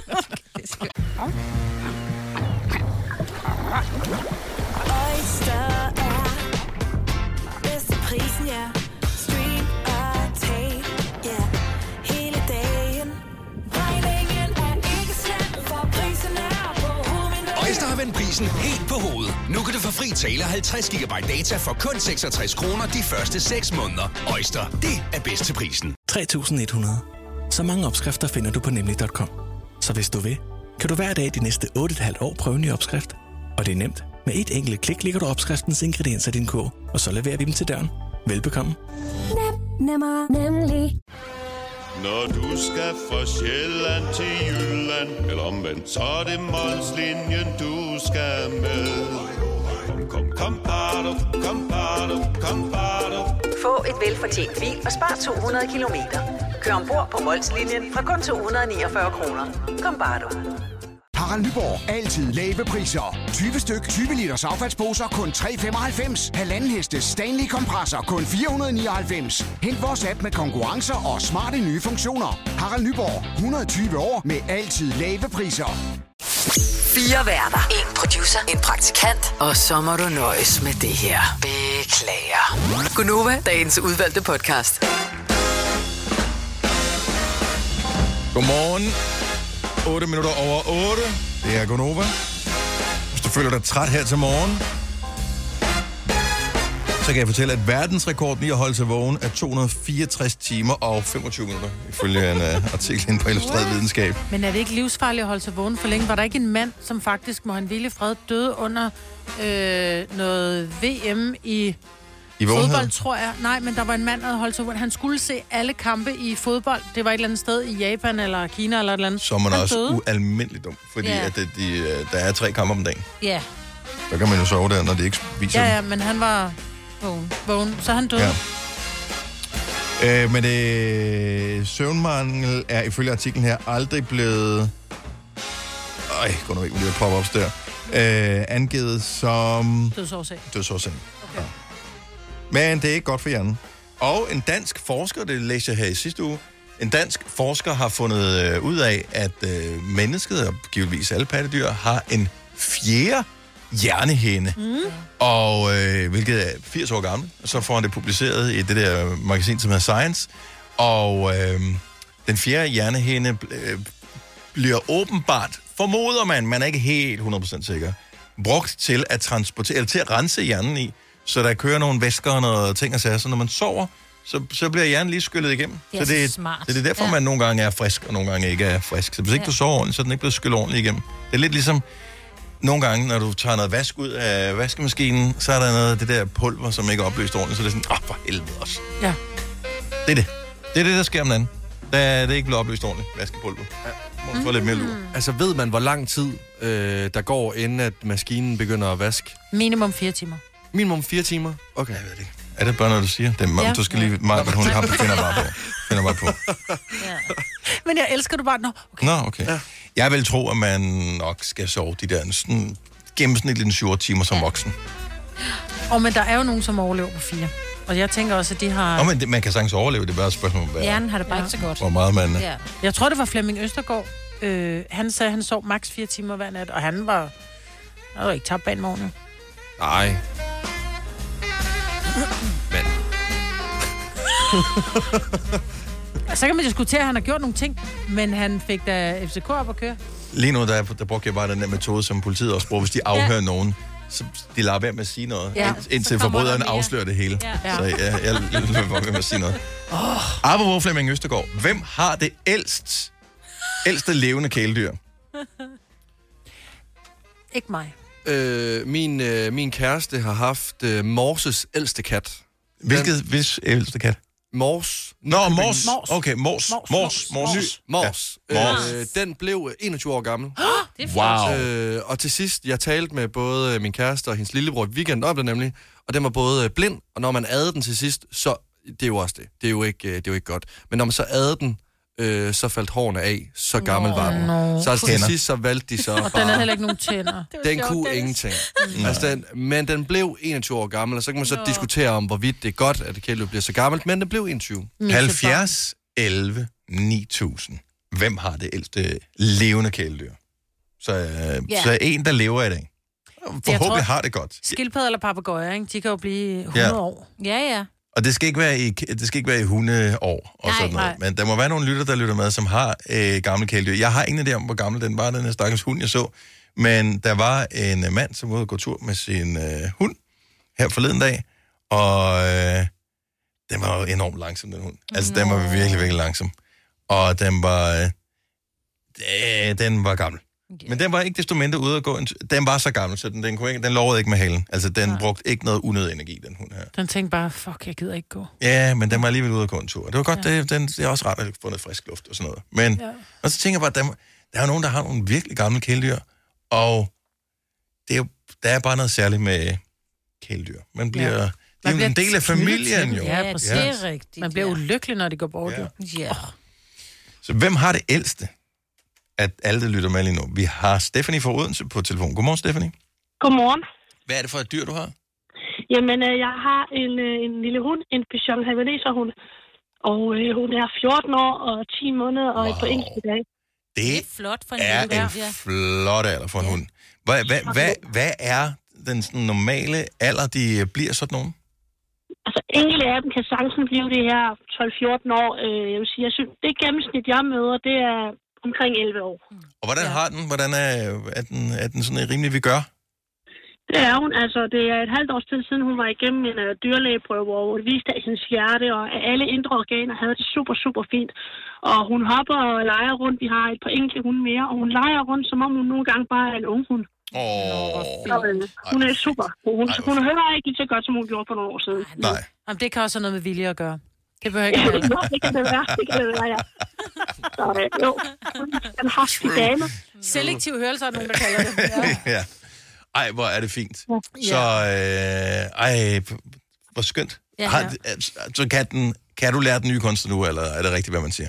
Speaker 12: Oyster er bedst til prisen, ja. Stream og tag, ja. Hele dagen. Regningen er ikke slem, for prisen er på hovedet.
Speaker 11: Oyster har vendt prisen helt på hovedet. Nu kan du få fri tale halvtreds gigabyte data for kun seksogtres kroner de første seks måneder. Oyster, det er bedst til prisen.
Speaker 7: tre tusind et hundrede. Så mange opskrifter finder du på nemlig punktum com. Så hvis du vil, kan du hver dag de næste otte komma fem år prøve en ny opskrift. Og det er nemt. Med et enkelt klik ligger du opskriftens ingredienser i din kog, og så leverer vi dem til døren. Velbekomme.
Speaker 12: Nem, nemmer, nemlig.
Speaker 13: Når du skal fra Sjælland til Jylland, eller omvendt, så er det Molslinjen, du skal med. Kom, kom, kom, bado, kom, bado, kom, bado.
Speaker 14: Få et velfortjent bil og spar to hundrede kilometer. Kør ombord på Molslinjen fra kun to hundrede niogfyrre kroner. Kom bare du.
Speaker 15: Harald Nyborg. Altid lave priser. tyve styk, tyve liters affaldsposer kun tre femoghalvfems. Halvanden heste Stanley kompresser kun fire hundrede nioghalvfems. Hent vores app med konkurrencer og smarte nye funktioner. Harald Nyborg. hundrede og tyve år med altid lave priser.
Speaker 6: Fire værter. En producer. En praktikant. Og så må du nøjes med det her. Beklager. Gunova, dagens udvalgte podcast.
Speaker 1: Godmorgen. otte minutter over otte. Det er Gonova. Hvis du føler dig træt her til morgen, så kan jeg fortælle, at verdensrekorden i at holde sig vågen er to hundrede og fireogtres timer og femogtyve minutter, ifølge en uh, artikel inde på Illustreret Videnskab.
Speaker 2: Men er det ikke livsfarligt at holde sig vågen for længe? Var der ikke en mand, som faktisk må han hvile i fred, døde under øh, noget V M i...
Speaker 1: I vågenhed?
Speaker 2: Fodbold, tror jeg. Nej, men der var en mand, der havde holdt sig vågen. Han skulle se alle kampe i fodbold. Det var et eller andet sted i Japan eller Kina eller et eller andet.
Speaker 1: Så er man
Speaker 2: Han
Speaker 1: også
Speaker 2: døde.
Speaker 1: ualmindeligt dum, fordi
Speaker 2: Ja.
Speaker 1: at det, de, øh, der er tre kampe om dagen.
Speaker 2: Ja.
Speaker 1: Der kan man jo sove der, når det ikke viser
Speaker 2: Ja,
Speaker 1: dem.
Speaker 2: ja, men han var vågen. vågen. Så han døde.
Speaker 1: Ja. Øh, men det, søvnmangel er ifølge artiklen her aldrig blevet... Øj, gå nu ikke, lige at poppe op der. Øh, angivet som...
Speaker 2: Dødsårsag.
Speaker 1: Dødsårsag. Okay. Ja. Men det er ikke godt for hjernen. Og en dansk forsker, det læste jeg her i sidste uge, en dansk forsker har fundet øh, ud af, at øh, mennesket, og givetvis alle pattedyr, har en fjerde hjernehinde. Mm. Og øh, hvilket er firs år gammel. Og så får han det publiceret i det der magasin, som hedder Science. Og øh, den fjerde hjernehinde øh, bliver åbenbart, formoder man, man er ikke helt hundrede procent sikker, brugt til at transportere, eller til at rense hjernen i. Så der kører nogle væsker og noget ting og sager, så når man sover, så, så bliver hjernen lige skyllet igennem.
Speaker 3: Det er
Speaker 1: så det,
Speaker 3: så smart.
Speaker 1: det er derfor,
Speaker 3: Ja.
Speaker 1: man nogle gange er frisk, og nogle gange ikke er frisk. Så hvis ikke
Speaker 3: Ja.
Speaker 1: du sover ordentligt, så er den ikke blevet skyllet ordentligt igennem. Det er lidt ligesom, nogle gange, når du tager noget vask ud af vaskemaskinen, så er der noget af det der pulver, som ikke er opløst ordentligt, så det er sådan, åh, for helvede også.
Speaker 2: Ja.
Speaker 1: Det er det. Det er det, der sker om den anden. Der er det ikke blevet opløst ordentligt, vaskepulver. Ja. Må få lidt mere lur.
Speaker 5: Altså, ved man, hvor lang tid øh, der går, inden at maskinen begynder at vaske?
Speaker 2: Minimum fire timer.
Speaker 5: Minimum fire timer? Okay.
Speaker 1: Jeg ved det ikke. Er det bare noget, du siger? Det er,
Speaker 2: Ja.
Speaker 1: Du skal lige... Meget, hun har, finder bare på. Finder bare på.
Speaker 2: Men jeg elsker du bare... Nå,
Speaker 1: Okay. Nå, okay. Ja. Jeg vil tro, at man nok skal sove de der sådan, gennemsnitligt syv timer som voksen.
Speaker 2: Og men der er jo nogen, som overlever på fire. Og jeg tænker også, at de har...
Speaker 1: Nå, men det, man kan sagtens overleve. Det er bare et spørgsmål om, hvad,
Speaker 3: Hjernen har det bare ikke så godt.
Speaker 1: hvor meget man...
Speaker 2: Ja. Jeg tror, det var Flemming Østergaard. Øh, han sagde, at han sov maks fire timer hver nat, og han var... Han var ikke tabt bag en morgen, jo.
Speaker 5: Nej. Men...
Speaker 2: Så kan man diskutere, at han har gjort nogle ting, men han fik da F C K op at køre.
Speaker 1: Lige nu, der, der brugte jeg bare den der metode, som politiet også bruger. Hvis de afhører ja. nogen, så de lader være med at sige noget,
Speaker 2: Ja.
Speaker 1: ind, indtil
Speaker 2: Så kommer
Speaker 1: forbryderen
Speaker 2: der mere.
Speaker 1: afslører det hele.
Speaker 2: Ja.
Speaker 1: Så jeg, jeg, jeg løber bare med at sige noget. Oh. Apropos Flemming Østergaard. Hvem har det ældst, ældste levende kæledyr?
Speaker 2: Ikke mig.
Speaker 5: Øh, min, øh, min kæreste har haft øh, Morses ældste kat.
Speaker 1: Hvilket, hvis ældste kat?
Speaker 5: Mors.
Speaker 1: Nå, Mors. Okay, Mors.
Speaker 5: Mors.
Speaker 1: Mors.
Speaker 5: Mors. Mors.
Speaker 1: Ja.
Speaker 5: Øh,
Speaker 1: Mors.
Speaker 5: den blev enogtyve år gammel.
Speaker 3: Det er
Speaker 1: flot. Wow.
Speaker 5: Øh, og til sidst, jeg talte med både min kæreste og hendes lillebror i weekenden om det nemlig, og den var både blind, og når man adede den til sidst, så, det er jo også det, det er jo ikke, det er jo ikke godt. Men når man så adede den, øh, så faldt hårene af, så gammel var den.
Speaker 2: Nå.
Speaker 5: Så altså, til
Speaker 1: Tænder.
Speaker 5: sidst, så valgte de så
Speaker 2: Og den
Speaker 5: bare...
Speaker 2: har heller ikke nogen tænder.
Speaker 5: Den kunne ingenting. Altså, den, men den blev enogtyve år gammel, og så kan man så
Speaker 2: Nå.
Speaker 5: diskutere om, hvorvidt det er godt, at det kæledyr bliver så gammelt, men den blev enogtyve.
Speaker 1: halvfjerds elleve ni tusind. Hvem har det ældste levende kæledyr? Så, øh,
Speaker 2: Ja.
Speaker 1: så en, der lever i dag. Forhåbentlig
Speaker 2: tror-
Speaker 1: har det godt.
Speaker 2: Skildpadder eller papegøjer, ikke? De kan jo blive hundrede
Speaker 1: Ja.
Speaker 2: år.
Speaker 3: Ja, ja.
Speaker 1: Og det skal ikke være i, det skal ikke være i hundeår og
Speaker 2: Nej,
Speaker 1: sådan noget.
Speaker 2: nej.
Speaker 1: Men der må være nogle lytter, der lytter med, som har øh, gamle kæledyr. Jeg har ingen idé om, hvor gammel den var, den her stakkels hund, jeg så. Men der var en øh, mand, som var ude at gå tur med sin øh, hund her forleden dag. Og øh, den var jo enormt langsom, den hund. Altså, den var virkelig, virkelig langsom. Og den var... Øh, øh, den var gammel. Okay. Men den var ikke desto mindre ude at gå. En, den var så gammel, så den, den, kunne ikke, den lovede ikke med halen. Altså, den
Speaker 2: Nej.
Speaker 1: brugte ikke noget unødig energi, den hund her.
Speaker 2: Den tænkte bare, fuck, jeg gider ikke gå.
Speaker 1: Ja, men den var alligevel ude at gå en tur. Det var godt, ja. det, den, det er også rart at få noget frisk luft og sådan noget. Men,
Speaker 2: Ja.
Speaker 1: og så tænker jeg bare, der, der er jo nogen, der har nogle virkelig gamle kæledyr, og det er jo, der er bare noget særligt med kæledyr. Man bliver, ja. det er jo en del af familien, jo.
Speaker 2: Ja, præcis.
Speaker 3: Det er rigtigt.
Speaker 2: Man bliver
Speaker 3: ja.
Speaker 2: ulykkelig, når de går bort.
Speaker 1: Ja.
Speaker 2: Ja.
Speaker 3: Ja.
Speaker 1: Så hvem har det ældste, at alle, der lytter med lige nu? Vi har Stephanie fra Odense på telefon. Godmorgen, Stephanie.
Speaker 18: Godmorgen.
Speaker 1: Hvad er det for et dyr, du har?
Speaker 18: Jamen, øh, jeg har en, øh, en lille hund, en Bichon Havaneser-hund. Og øh, hun er fjorten år og ti måneder og wow. et par enkelte dage.
Speaker 1: Det,
Speaker 3: Det er flot for en
Speaker 1: er
Speaker 3: lille
Speaker 1: en
Speaker 3: hund, ja.
Speaker 1: flot alder for en hund. Hvad, hvad, hvad, hvad er den sådan, normale alder, de bliver sådan nogen?
Speaker 18: Altså, enkelte af dem kan sagtens blive det her tolv fjorten år. Øh, jeg vil sige, jeg synes, det gennemsnit, jeg møder, det er omkring elleve år.
Speaker 1: Og hvordan ja. har den? Hvordan er, er, den, er den sådan rimelig, vi gør?
Speaker 18: Det er hun. Altså, det er et halvt års tid siden, hun var igennem en uh, dyrlægeprøve, hvor det viste, at hendes hjerte og alle indre organer havde det super, super fint. Og hun hopper og leger rundt. Vi har et par enkelte hunde mere, og hun leger rundt, som om hun nogle gange bare er en ung hund.
Speaker 1: Åh,
Speaker 18: Så, øh, hun er super. Hun, Ej, hun hører ikke lige så godt, som hun gjorde for nogle år siden.
Speaker 1: Nej.
Speaker 2: Jamen, det kan også have noget med vilje at gøre. Det behøver ikke
Speaker 18: Ja,
Speaker 2: være.
Speaker 18: jo, det kan det være. Det kan det være, ja. Så, øh, jo, den har sin dame.
Speaker 2: Selektiv hørelse er nogen, der kalder det. Ja.
Speaker 1: ja. Ej, hvor er det fint. Så, øh, ej, hvor skønt.
Speaker 2: Ja,
Speaker 1: Har,
Speaker 2: ja.
Speaker 1: så kan, den, kan du lære den nye kunst nu, eller er det rigtigt, hvad man siger?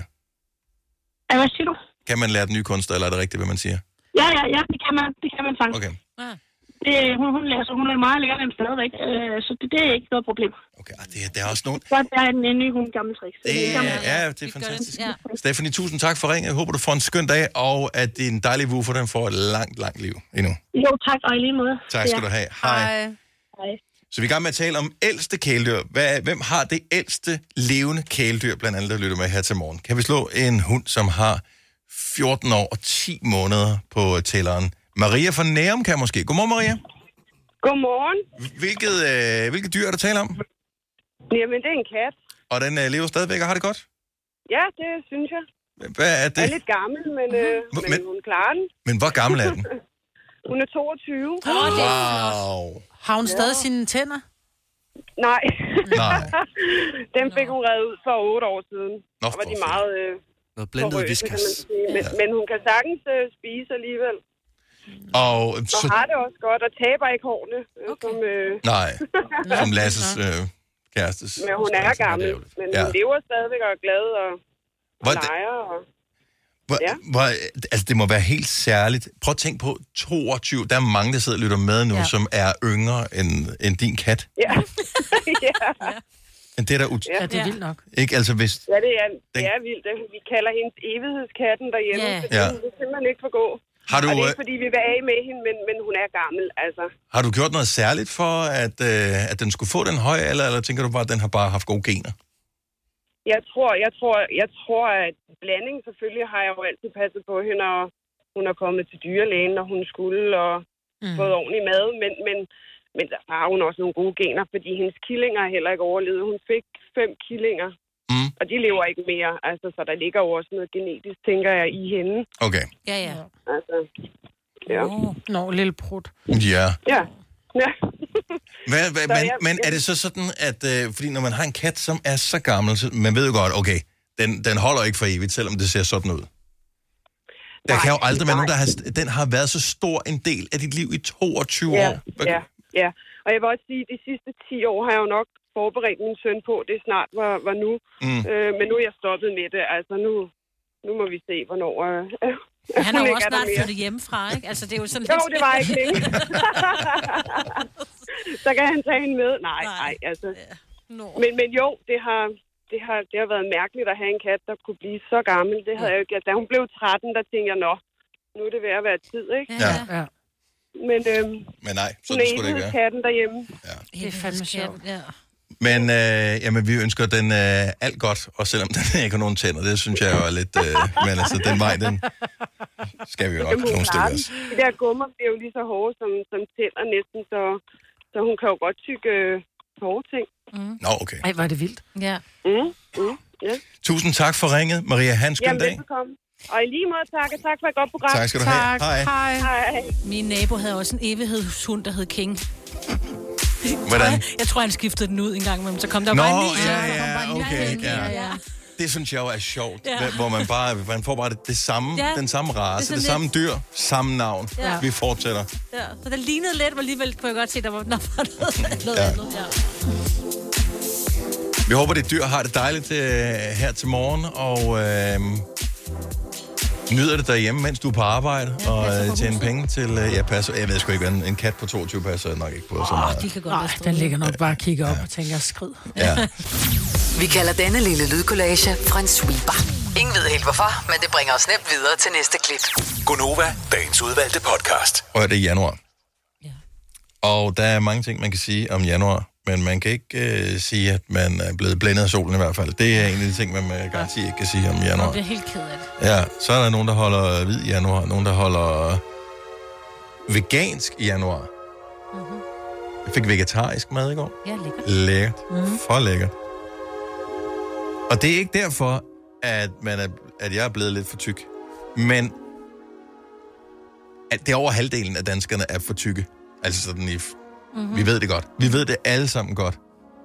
Speaker 18: Ja, hvad siger du?
Speaker 1: Kan man lære den nye kunst, eller er det rigtigt, hvad man siger?
Speaker 18: Ja, ja, ja, det kan man, det kan man faktisk.
Speaker 1: Okay.
Speaker 18: Det, hun, hun, læser, hun er meget lækker den stadigvæk, øh, så det, det er ikke noget problem.
Speaker 1: Okay, det, det er også nogen...
Speaker 18: Så der er en, en ny hund, gammel tricks.
Speaker 1: Det er, ja, det er fantastisk. Ja. Stephanie, tusind tak for ringen. Jeg håber, du får en skøn dag, og at din dejlige woofer, den får et langt, langt liv endnu.
Speaker 18: Jo, tak, og i lige måde.
Speaker 1: Tak skal du have. Hej.
Speaker 18: Hej.
Speaker 1: Så vi er i gang med at tale om ældste kæledyr. Hvad, hvem har det ældste levende kæledyr, blandt andet, der lytter med her til morgen? Kan vi slå en hund, som har fjorten år og ti måneder på tælleren? Maria fra Nærum kan måske. Godmorgen, Maria.
Speaker 19: Godmorgen.
Speaker 1: Hvilket, øh, hvilket dyr er der tale om?
Speaker 19: Jamen, det er en kat.
Speaker 1: Og den øh, lever stadigvæk og har det godt?
Speaker 19: Ja, det synes jeg.
Speaker 1: Hvad er det?
Speaker 19: Den er lidt gammel, men, øh, men, men hun klarer den.
Speaker 1: Men hvor gammel er den?
Speaker 19: Hun er toogtyve.
Speaker 1: Wow.
Speaker 2: Har hun stadig
Speaker 19: Ja.
Speaker 2: sine tænder?
Speaker 19: Nej.
Speaker 1: Nej.
Speaker 19: Dem fik hun reddet ud for otte år siden.
Speaker 1: Nå,
Speaker 19: og var de meget... Øh,
Speaker 5: Noget blendet
Speaker 19: porøse,
Speaker 5: viskas.
Speaker 19: kan man sige. Men, men hun kan sagtens øh, spise alligevel.
Speaker 1: Og
Speaker 19: Så
Speaker 1: så...
Speaker 19: har det også godt, og taber ikke hårene. Øh, som, øh...
Speaker 1: Nej, som Lasses øh, kærestes.
Speaker 19: Men hun er gammel, men
Speaker 1: Ja.
Speaker 19: hun lever stadigvæk og er glad og, og
Speaker 1: Hvor-
Speaker 19: leger. Og...
Speaker 1: Hvor,
Speaker 19: Ja.
Speaker 1: hvor, altså, det må være helt særligt. Prøv at tænke på toogtyve. Der er mange, der sidder og lytter med nu, ja. som er yngre end, end din kat.
Speaker 19: Ja. ja.
Speaker 1: Men det er da ut-
Speaker 2: Ja, det er vildt nok.
Speaker 1: Ikke? Altså, hvis...
Speaker 19: Ja, det er, det er vildt. Vi kalder hende evighedskatten derhjemme,
Speaker 2: Ja.
Speaker 19: fordi
Speaker 1: Ja.
Speaker 19: hun vil simpelthen ikke forgå.
Speaker 1: Har du,
Speaker 19: og det er
Speaker 1: øh,
Speaker 19: ikke, fordi vi vil af med hende, men, men hun er gammel, altså.
Speaker 1: Har du gjort noget særligt for, at, øh, at den skulle få den høje alder, eller tænker du bare, at den har bare haft gode gener?
Speaker 19: Jeg tror, jeg tror, jeg tror, at blanding selvfølgelig har jeg jo altid passet på hende, og hun er kommet til dyrlægen, når hun skulle, og mm. fået ordentlig mad, men, men, men der har hun også nogle gode gener, fordi hendes killinger har heller ikke overlevet. Hun fik fem killinger,
Speaker 1: mm.
Speaker 19: og de lever ikke mere, altså, så der ligger jo også noget genetisk, tænker jeg, i hende.
Speaker 1: Okay.
Speaker 3: Ja, ja.
Speaker 19: Altså, ja.
Speaker 2: Nå, lille prut.
Speaker 1: Ja.
Speaker 19: Ja. Ja.
Speaker 1: Hvad, hvad,
Speaker 19: Så
Speaker 1: men,
Speaker 19: jeg-
Speaker 1: men er det så sådan, at... Øh, fordi når man har en kat, som er så gammel, så man ved jo godt, okay, den, den holder ikke for evigt, selvom det ser sådan ud. Der
Speaker 19: Nej,
Speaker 1: kan jo aldrig være
Speaker 19: nej.
Speaker 1: nogen, der har... Den har været så stor en del af dit liv i toogtyve
Speaker 19: Ja,
Speaker 1: år. Hvad-
Speaker 19: ja, ja. Og jeg vil også sige, at de sidste ti år har jeg jo nok forberedt min søn på, det snart var, var nu.
Speaker 1: Mm.
Speaker 19: Øh, men nu er jeg stoppet med det. Altså nu, nu må vi se, hvornår... Øh,
Speaker 3: Han har jo
Speaker 19: ikke
Speaker 3: også
Speaker 19: er der
Speaker 3: snart
Speaker 19: mere.
Speaker 3: flyttet hjemmefra, ikke? Altså, det er jo sådan
Speaker 19: Jo,
Speaker 3: lidt...
Speaker 19: det var ikke længe. Så kan han tage hende med. Nej, nej, altså.
Speaker 3: No.
Speaker 19: Men, men jo, det har, det, har, det har været mærkeligt at have en kat, der kunne blive så gammel. Det havde jeg jo ikke. Da hun blev tretten, der tænkte jeg, nå, nu er det ved at være tid, ikke?
Speaker 1: Ja.
Speaker 2: Ja.
Speaker 19: Men, øhm,
Speaker 1: Men nej,
Speaker 19: hun
Speaker 1: sådan
Speaker 19: er
Speaker 1: skulle det ikke være.
Speaker 19: katten derhjemme.
Speaker 2: Det er fandme sjovt.
Speaker 3: Ja.
Speaker 1: Men øh, jamen, vi ønsker den øh, alt godt, og selvom den ikke har nogen tænder, det synes jeg jo er lidt... Øh, men altså, den vej, den skal vi jo nok
Speaker 19: Jamen, hun
Speaker 1: nogle
Speaker 19: klarer
Speaker 1: stykker
Speaker 19: den.
Speaker 1: os.
Speaker 19: De der gummer bliver jo lige så hårde som, som tænder næsten, så, så hun kan jo godt tykke øh, hårde ting.
Speaker 3: Mm.
Speaker 1: Nå, okay.
Speaker 2: Ej, var det vildt.
Speaker 3: Ja.
Speaker 19: Mm, mm, ja.
Speaker 1: Tusind tak for ringet, Maria. Ha' en skøn
Speaker 19: Jamen,
Speaker 1: dag.
Speaker 19: velbekomme. Og i lige måde tak, og tak for et godt program.
Speaker 1: Tak skal du have. Hej.
Speaker 2: Hej.
Speaker 19: Hej.
Speaker 3: Min nabo havde også en evighedshund, der hed King.
Speaker 1: Hvordan?
Speaker 3: Jeg tror, han skiftede den ud en gang imellem, så kom der
Speaker 1: Nå,
Speaker 3: bare en ny.
Speaker 1: ja,
Speaker 3: så kom
Speaker 1: ja,
Speaker 3: bare en ny
Speaker 1: okay,
Speaker 3: ind.
Speaker 1: ja.
Speaker 3: ja.
Speaker 1: Det synes jeg jo er sjovt,
Speaker 3: Ja.
Speaker 1: ja. hvor man bare man får bare det, det samme,
Speaker 3: Ja,
Speaker 1: den samme
Speaker 3: det er
Speaker 1: race,
Speaker 3: sådan
Speaker 1: det, det samme
Speaker 3: lidt-
Speaker 1: dyr, samme navn.
Speaker 3: Ja.
Speaker 1: Vi fortsætter.
Speaker 3: Ja, så det lignede lidt, og alligevel kunne jeg godt se, der var, der var noget, noget
Speaker 1: Ja.
Speaker 3: andet. Ja.
Speaker 1: Vi håber, det dyr har det dejligt øh, her til morgen, og øh, nyder det derhjemme, mens du er på arbejde, ja, og øh, tjener penge til... Øh, ja, passer, jeg ved sgu ikke, hvad en, en kat på toogtyve passer nok ikke på så
Speaker 2: Åh,
Speaker 1: meget.
Speaker 2: de kan godt Ej, den ligger nok bare og kigger op og tænker, skrid.
Speaker 1: Ja.
Speaker 6: Vi kalder denne lille lydkollage en sweeper. Ingen ved helt hvorfor, men det bringer os nemt videre til næste klip.
Speaker 11: Gonova, dagens udvalgte podcast.
Speaker 1: Og det er januar. Ja. Og der er mange ting, man kan sige om januar, men man kan ikke øh, sige, at man er blevet blændet af solen i hvert fald. Det er en af de ting, man med garanti ikke kan sige om
Speaker 3: Jeg
Speaker 1: januar.
Speaker 3: bliver helt ked af det.
Speaker 1: Ja, så er der nogen, der holder hvid i januar, nogen, der holder vegansk i januar.
Speaker 3: Mm-hmm.
Speaker 1: Jeg fik vegetarisk mad i går.
Speaker 3: Ja, lækkert.
Speaker 1: Lækkert.
Speaker 3: Mhm.
Speaker 1: For lækkert. Og det er ikke derfor, at, man er, at jeg er blevet lidt for tyk. Men at det er over halvdelen af danskerne er for tykke. Altså sådan i... Mm-hmm. Vi ved det godt. Vi ved det alle sammen godt.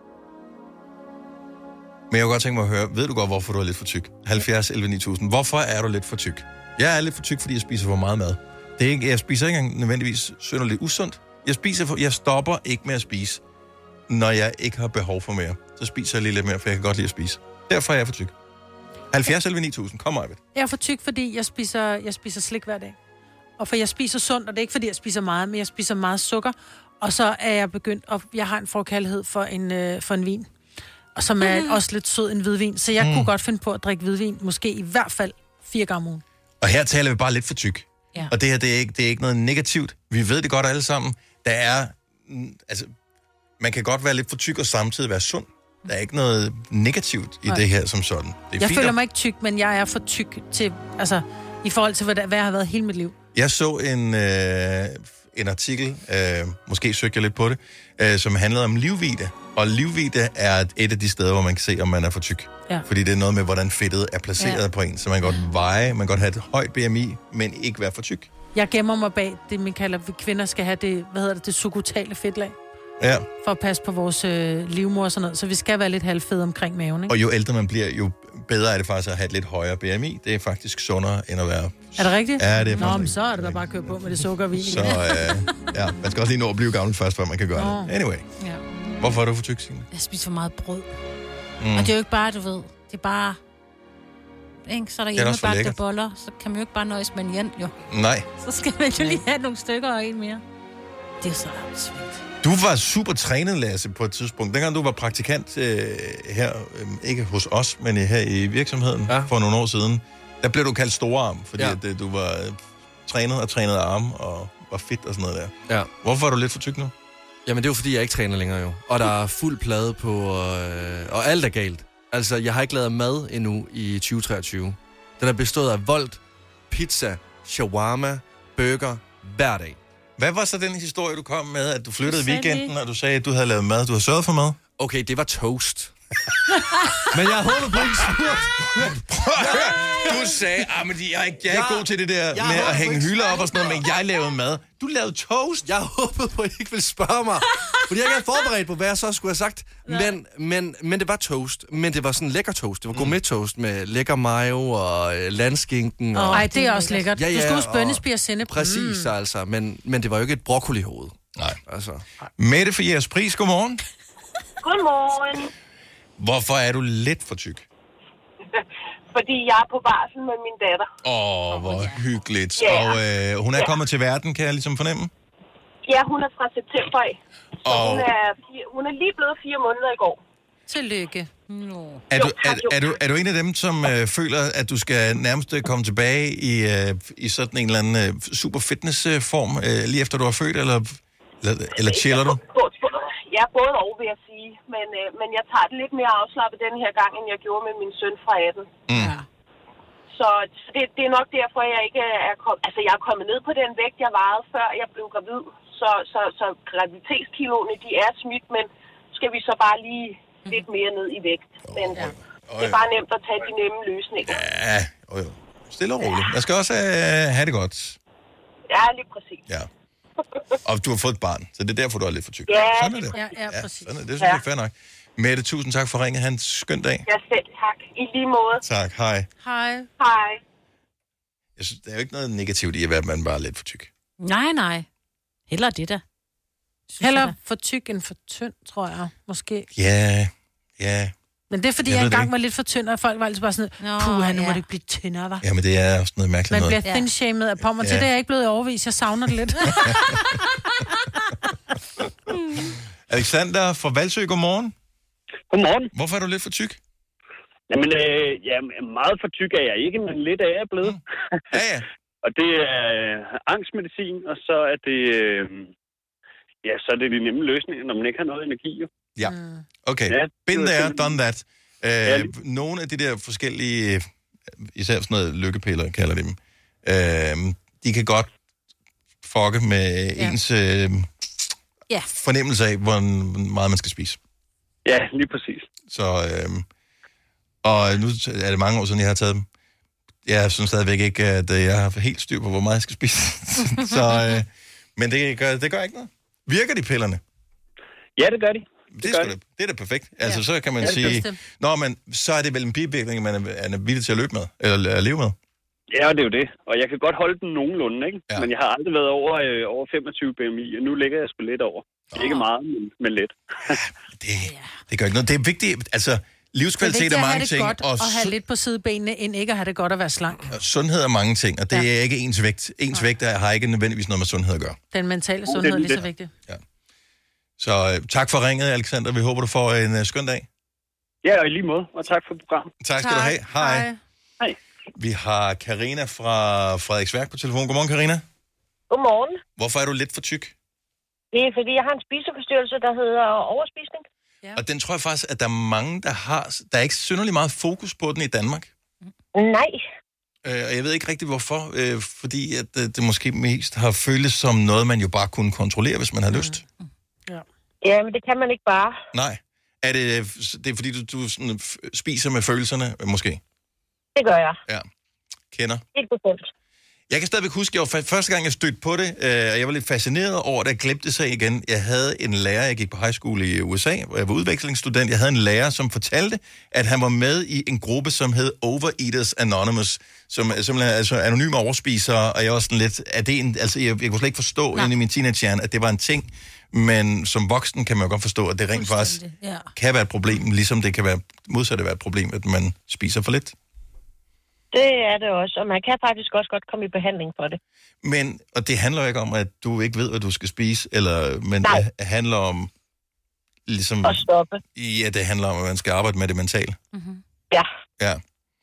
Speaker 1: Men jeg kunne godt tænke mig at høre, ved du godt, hvorfor du er lidt for tyk? halvfjerds elleve ni tusind. Hvorfor er du lidt for tyk? Jeg er lidt for tyk, fordi jeg spiser for meget mad. Det er ikke, jeg spiser ikke engang nødvendigvis synderligt usundt. Jeg, spiser for, jeg stopper ikke med at spise, når jeg ikke har behov for mere. Så spiser jeg lige lidt mere, for jeg kan godt lide at spise. Derfor er jeg for tyk. halvfjerds elleve ni tusind. Kom, Arvid.
Speaker 2: Jeg er for tyk, fordi jeg spiser, jeg spiser slik hver dag. Og for jeg spiser sundt, og det er ikke, fordi jeg spiser meget, men jeg spiser meget sukker. Og så er jeg begyndt, og jeg har en forkærlighed for en, øh, for en vin. Og som er mm. også lidt sød, en hvidvin. Så jeg mm. kunne godt finde på at drikke hvidvin, måske i hvert fald fire gange om ugen.
Speaker 1: Og her taler vi bare lidt for tyk.
Speaker 2: Ja.
Speaker 1: Og det her, det er, ikke, det er ikke noget negativt. Vi ved det godt alle sammen. Der er, mm, altså, man kan godt være lidt for tyk og samtidig være sund. Der er ikke noget negativt i
Speaker 2: Nej.
Speaker 1: det her som sådan. Det er
Speaker 2: Jeg
Speaker 1: fint
Speaker 2: føler
Speaker 1: at-
Speaker 2: mig ikke tyk, men jeg er for tyk til, altså, i forhold til, hvad, der, hvad jeg har været hele mit liv.
Speaker 1: Jeg så en, øh, en artikel, øh, måske søgte jeg lidt på det, øh, som handlede om livvidde. Og livvidde er et, et af de steder, hvor man kan se, om man er for tyk.
Speaker 2: Ja.
Speaker 1: Fordi det er noget med, hvordan fedtet er placeret
Speaker 2: Ja.
Speaker 1: på en. Så man kan godt veje, man kan godt have et højt B M I, men ikke være for tyk.
Speaker 2: Jeg gemmer mig bag det, man kalder, at kvinder skal have det, hvad hedder det, det subkutale fedtlag.
Speaker 1: Ja.
Speaker 2: For at passe på vores øh, livmor og sådan noget. Så vi skal være lidt halvfede omkring maven, ikke?
Speaker 1: Og jo ældre man bliver, jo bedre er det faktisk at have et lidt højere B M I. Det er faktisk sundere end at være...
Speaker 2: Er det rigtigt?
Speaker 1: Ja, det er
Speaker 2: Nå,
Speaker 1: faktisk
Speaker 2: men så er det da bare at køre på med det sukkervin.
Speaker 1: Så øh, ja, man skal også lige nå at blive gammel først, før man kan gøre
Speaker 3: Nå.
Speaker 1: det. Anyway.
Speaker 3: Ja.
Speaker 1: Hvorfor er du for tyk, Signe?
Speaker 3: Jeg spiser for meget brød.
Speaker 1: Mm.
Speaker 3: Mm. Og det er jo ikke bare, du ved, det er bare... Ikke? Så er der
Speaker 1: Det er også for
Speaker 3: hjemmebagte
Speaker 1: lækkert.
Speaker 3: boller, så kan man jo ikke bare nøjes med en jent, jo.
Speaker 1: Nej.
Speaker 3: Så skal man jo lige have nogle stykker og en mere. Det er så svært.
Speaker 1: Du var super trænet, Lasse, på et tidspunkt. Dengang du var praktikant øh, her, øh, ikke hos os, men her i virksomheden ja. for nogle år siden, der blev du kaldt storearm, fordi ja. at, øh, du var øh, trænet og trænet arme og var fit og sådan noget der.
Speaker 5: Ja.
Speaker 1: Hvorfor er du lidt for tyk nu?
Speaker 5: Jamen, det er jo fordi, jeg ikke træner længere jo. Og der er fuld plade på, øh, og alt er galt. Altså, jeg har ikke lavet mad endnu i tyve treogtyve. Den er bestået af volt, pizza, shawarma, burger, hver dag.
Speaker 1: Hvad var så den historie, du kom med, at du flyttede i weekenden, og du sagde, at du havde lavet mad? Du har sørget for mad?
Speaker 5: Okay, det var toast. Men jeg håber på en smurt.
Speaker 1: Du sagde, at jeg, jeg er ikke
Speaker 5: Jeg-
Speaker 1: god til det der
Speaker 5: jeg
Speaker 1: med
Speaker 5: håber
Speaker 1: at hænge
Speaker 5: på en
Speaker 1: hylder op og sådan noget, men jeg lavede mad. Du lavede toast?
Speaker 5: Jeg håbede på, at I ikke ville spørge mig. Fordi jeg ikke havde forberedt på, hvad jeg så skulle have sagt. Men, men, men det var toast. Men det var sådan lækker toast. Det var gourmet toast med lækker mayo og øh, landskinken. Og...
Speaker 2: Ej, det er også lækkert.
Speaker 5: Ja,
Speaker 2: Du
Speaker 5: ja,
Speaker 2: skal huske
Speaker 5: og-
Speaker 2: bønnespi og sennep.
Speaker 5: Præcis,
Speaker 2: Mm.
Speaker 5: altså. Men, men det var jo ikke et broccolihoved.
Speaker 1: Nej.
Speaker 5: Altså.
Speaker 1: Mette for jeres pris, godmorgen.
Speaker 20: Godmorgen.
Speaker 1: Hvorfor er du lidt for tyk?
Speaker 20: Fordi jeg er på barsel med min datter.
Speaker 1: Åh, oh, hvor hyggeligt.
Speaker 20: Ja.
Speaker 1: Og øh, hun er
Speaker 20: Ja.
Speaker 1: kommet til verden, kan jeg ligesom fornemme.
Speaker 20: Ja, hun er fra september af. Så
Speaker 1: Og-
Speaker 20: hun, er fire, hun er lige blevet fire måneder i går.
Speaker 2: Tillykke.
Speaker 3: No.
Speaker 1: Er du, er, er, du, er du en af dem, som øh, føler, at du skal nærmest øh, komme tilbage i, øh, i sådan en eller anden øh, super fitness-form, øh, lige efter du har født, eller, eller, eller chiller du?
Speaker 20: Ja, både og, vil jeg sige. Men, øh, men jeg tager det lidt mere afslappet den her gang, end jeg gjorde med min søn fra atten.
Speaker 1: Mm.
Speaker 20: Ja. Så det, det er nok derfor, jeg ikke er kommet... Altså, jeg er kommet ned på den vægt, jeg vejede, før jeg blev gravid. Så, så, så graviditetskiloene, de er smidt, men skal vi så bare lige lidt mere ned i vægt. Men ja. det er bare nemt at tage de nemme løsninger.
Speaker 1: Ja, jo, jo. Stille og roligt. Jeg skal også øh, have det godt.
Speaker 20: Ja, lige præcis.
Speaker 1: Ja. Og du har fået et barn, så det er derfor, du er lidt for tyk.
Speaker 20: Ja,
Speaker 1: Sådan er det.
Speaker 2: Ja, ja, præcis.
Speaker 1: Sådan er det. Det synes jeg er fair nok. Mette, tusind tak for ringet. Ha' en skøn dag.
Speaker 20: Ja, selv tak. I lige måde.
Speaker 1: Tak, hej.
Speaker 2: Hej.
Speaker 20: Hej.
Speaker 1: Jeg synes, der er jo ikke noget negativt i, at være, at man bare er lidt for tyk.
Speaker 3: Nej, nej. Heller det da.
Speaker 2: Heller for tyk end for tynd, tror jeg, måske.
Speaker 1: Ja, ja.
Speaker 2: Men det er, fordi
Speaker 1: Jeg
Speaker 2: jeg,
Speaker 1: ved
Speaker 2: jeg
Speaker 1: det
Speaker 2: engang
Speaker 1: ikke.
Speaker 2: var lidt for tynd, og folk var altid bare sådan, puh, nu må det ikke blive tyndere, hva'?
Speaker 1: Jamen, det er også noget mærkeligt
Speaker 2: Man bliver
Speaker 1: noget.
Speaker 2: thin-shamed af pommer til,
Speaker 1: Ja.
Speaker 2: det er jeg ikke blevet overvist. Jeg savner det lidt.
Speaker 1: Alexander fra Valsø, godmorgen.
Speaker 21: Godmorgen.
Speaker 1: Hvorfor er du lidt for tyk?
Speaker 21: Jamen, øh, ja, meget for tyk er jeg ikke, men lidt er jeg blevet.
Speaker 1: Ja, ja.
Speaker 21: Og det er øh, angstmedicin, og så er det, øh, ja, så er det de nemme løsninger, når man ikke har noget energi, jo.
Speaker 1: Ja, okay.
Speaker 21: Ja,
Speaker 1: Been
Speaker 21: det er
Speaker 1: there,
Speaker 21: det.
Speaker 1: done that.
Speaker 21: Ja,
Speaker 1: Øh, nogle af de der forskellige, øh, især sådan noget lykkepiller, kalder de dem, øh, de kan godt fucke med ja. ens øh,
Speaker 3: ja.
Speaker 1: fornemmelse af, hvor meget man skal spise.
Speaker 21: Ja, lige præcis.
Speaker 1: Så, øh, og nu er det mange år siden, jeg har taget dem. Jeg synes stadigvæk ikke, at øh, jeg har helt styr på, hvor meget jeg skal spise. Så, øh, men det gør, det gør ikke noget. Virker de pillerne?
Speaker 21: Ja, det gør de.
Speaker 1: Det, det, er, sgu da, det er da perfekt. Altså, ja. så kan man
Speaker 21: Ja, det
Speaker 1: sige,
Speaker 21: bedste.
Speaker 1: nå, men så er det vel en bivirkning, man er, er villig til at løbe med, eller at leve med.
Speaker 21: Ja, det er jo det. Og jeg kan godt holde den nogenlunde, ikke?
Speaker 1: Ja.
Speaker 21: Men jeg har aldrig været over, øh, over femogtyve B M I, og nu ligger jeg sgu lidt over. Oh. Ikke meget, men, men lidt.
Speaker 1: det, det gør ikke noget. Det er vigtigt, altså, livskvalitet er mange ting,
Speaker 2: og
Speaker 1: og
Speaker 2: at have lidt på sidebenene, end ikke at have det godt at være slank.
Speaker 1: sundhed er mange ting, og det ja. er ikke ens vægt. Ens vægt er, har ikke nødvendigvis noget med sundhed at gøre.
Speaker 2: Den mentale sundhed er lige så vigtig.
Speaker 1: Så øh, tak for ringet, Alexander. Vi håber, du får en øh, skøn dag.
Speaker 21: Ja, og i lige måde, og tak for programmet.
Speaker 1: Tak skal tak. du have. Hej.
Speaker 21: Hej.
Speaker 1: Vi har Karina fra Frederiksværk på telefon. Godmorgen, Karina.
Speaker 22: Godmorgen.
Speaker 1: Hvorfor er du lidt for tyk?
Speaker 22: Det er, fordi jeg har en spiseforstyrrelse, der hedder overspisning.
Speaker 1: Ja. Og den tror jeg faktisk, at der er mange, der har... Der er ikke synderligt meget fokus på den i Danmark.
Speaker 22: Nej.
Speaker 1: Øh, og jeg ved ikke rigtig, hvorfor. Øh, fordi at, øh, det måske mest har føltes som noget, man jo bare kunne kontrollere, hvis man har lyst.
Speaker 22: Ja, men det kan man ikke bare.
Speaker 1: Nej. Er det, det er fordi, du, du sådan, spiser med følelserne, øh, måske?
Speaker 22: Det gør jeg.
Speaker 1: Ja. Kender.
Speaker 22: Helt bestemt.
Speaker 1: Jeg kan stadigvæk huske, at jeg første gang, jeg stødte på det, øh, og jeg var lidt fascineret over, at jeg glemte sig igen. Jeg havde en lærer, jeg gik på high school i U S A, hvor jeg var udvekslingsstudent. Jeg havde en lærer, som fortalte, at han var med i en gruppe, som hed Overeaters Anonymous, som simpelthen altså anonyme overspisere, og jeg var sådan lidt, er det en, altså jeg, jeg kunne slet ikke forstå inde i min teenagehjerne, at det var en ting, men som voksen kan man jo godt forstå, at det rent faktisk
Speaker 3: ja.
Speaker 1: kan være et problem, ligesom det kan være modsat at være et problem, at man spiser for lidt.
Speaker 22: Det er det også, og man kan faktisk også godt komme i behandling for det.
Speaker 1: Men, og det handler jo ikke om, at du ikke ved, hvad du skal spise, eller, men
Speaker 22: Nej.
Speaker 1: det handler om, ligesom...
Speaker 22: At stoppe.
Speaker 1: Ja, det handler om, at man skal arbejde med det mentale.
Speaker 22: Mm-hmm. Ja.
Speaker 1: Ja.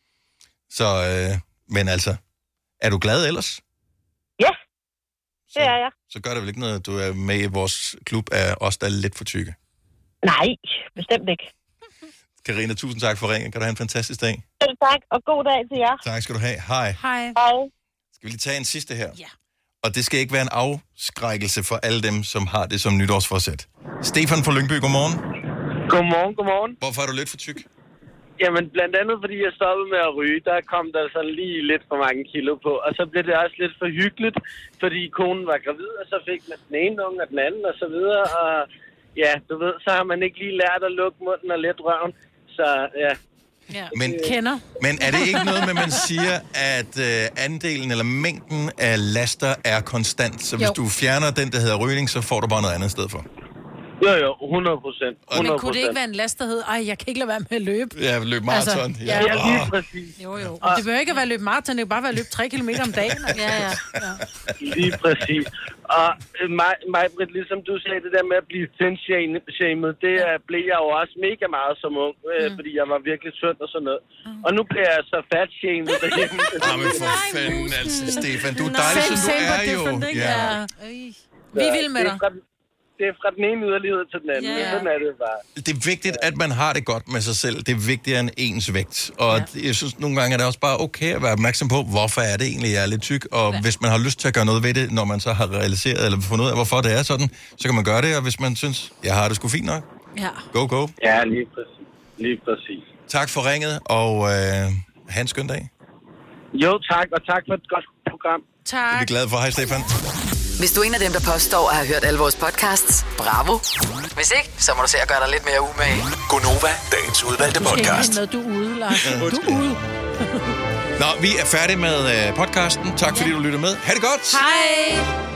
Speaker 1: Så, øh, men altså, er du glad ellers?
Speaker 22: Ja, det er jeg.
Speaker 1: Så gør det vel ikke noget, at du er med i vores klub af os, der er lidt for tykke.
Speaker 22: Nej, bestemt ikke.
Speaker 1: Karina, tusind tak for ringen. Kan du have en fantastisk dag?
Speaker 22: Selv tak, og god dag til jer.
Speaker 1: Tak skal du have. Hej.
Speaker 22: Hej. Hej.
Speaker 1: Skal vi lige tage en sidste her? Ja. Og det skal ikke være en afskrækkelse for alle dem, som har det som nytårsforsæt. Stefan fra Lyngby, godmorgen.
Speaker 4: Godmorgen, godmorgen.
Speaker 1: Hvorfor er du lidt for tyk?
Speaker 4: Jamen, blandt andet, fordi jeg stoppede med at ryge, der kom der sådan lige lidt for mange kilo på. Og så blev det også lidt for hyggeligt, fordi konen var gravid, og så fik man den ene unge og den anden, og så videre. Og ja, du ved, så har man ikke lige lært at lukke munden og let røven. Så ja.
Speaker 2: Ja.
Speaker 1: Men,
Speaker 2: Kender.
Speaker 1: men er det ikke noget med, man siger, at øh, andelen eller mængden af laster er konstant? Så hvis
Speaker 2: Jo.
Speaker 1: du fjerner den, der hedder rygning, så får du bare noget andet sted for.
Speaker 4: Jo, jo, hundrede procent.
Speaker 2: Men kunne det ikke være en last, der hed, ej, jeg kan ikke lade være med at løbe?
Speaker 1: Ja, løb maraton.
Speaker 2: Altså,
Speaker 1: ja,
Speaker 2: ja,
Speaker 4: lige præcis.
Speaker 2: Jo, jo. Og det behøver ikke at være løb maraton, det kan bare være løb tre kilometer om dagen. Ja, ja. ja.
Speaker 4: Lige præcis. Og øh, mig, mig, Britt, ligesom du sagde, det der med at blive thin-shamed, det ja. blev jeg jo også mega meget som ung, øh, mm. fordi jeg var virkelig sund og sådan noget. Mm. Og nu bliver jeg så fat-shamed derhjemme.
Speaker 1: Jamen for fanden, altså, Stefan. Du er dejlig, som du er jo.
Speaker 2: Ja. Vi vil med dig.
Speaker 4: Det er fra den ene yderlighed til den anden. Yeah. Sådan er det bare.
Speaker 1: Det er vigtigt, at man har det godt med sig selv. Det er vigtigere end ens vægt. Og ja. jeg synes, nogle gange er det også bare okay at være opmærksom på, hvorfor er det egentlig, jeg er lidt tyk. Og ja. hvis man har lyst til at gøre noget ved det, når man så har realiseret eller fundet ud af, hvorfor det er sådan, så kan man gøre det. Og hvis man synes, jeg har det sgu fint nok,
Speaker 2: ja.
Speaker 1: go, go.
Speaker 4: Ja, lige præcis. Lige præcis.
Speaker 1: Tak for ringet, og øh, have en skøn dag.
Speaker 4: Jo, tak. Og tak for et godt program.
Speaker 2: Tak.
Speaker 1: Det er vi glade for. Hej, Stefan.
Speaker 6: Hvis du er en af dem, der påstår at have hørt alle vores podcasts, bravo. Hvis ikke, så må du se at gøre dig lidt mere umage.
Speaker 11: Gonova, dagens udvalgte podcast.
Speaker 2: Noget, du er ude, Lars. Du er ude.
Speaker 1: Nå, vi er færdige med podcasten. Tak fordi du lyttede med. Ha' det godt.
Speaker 2: Hej.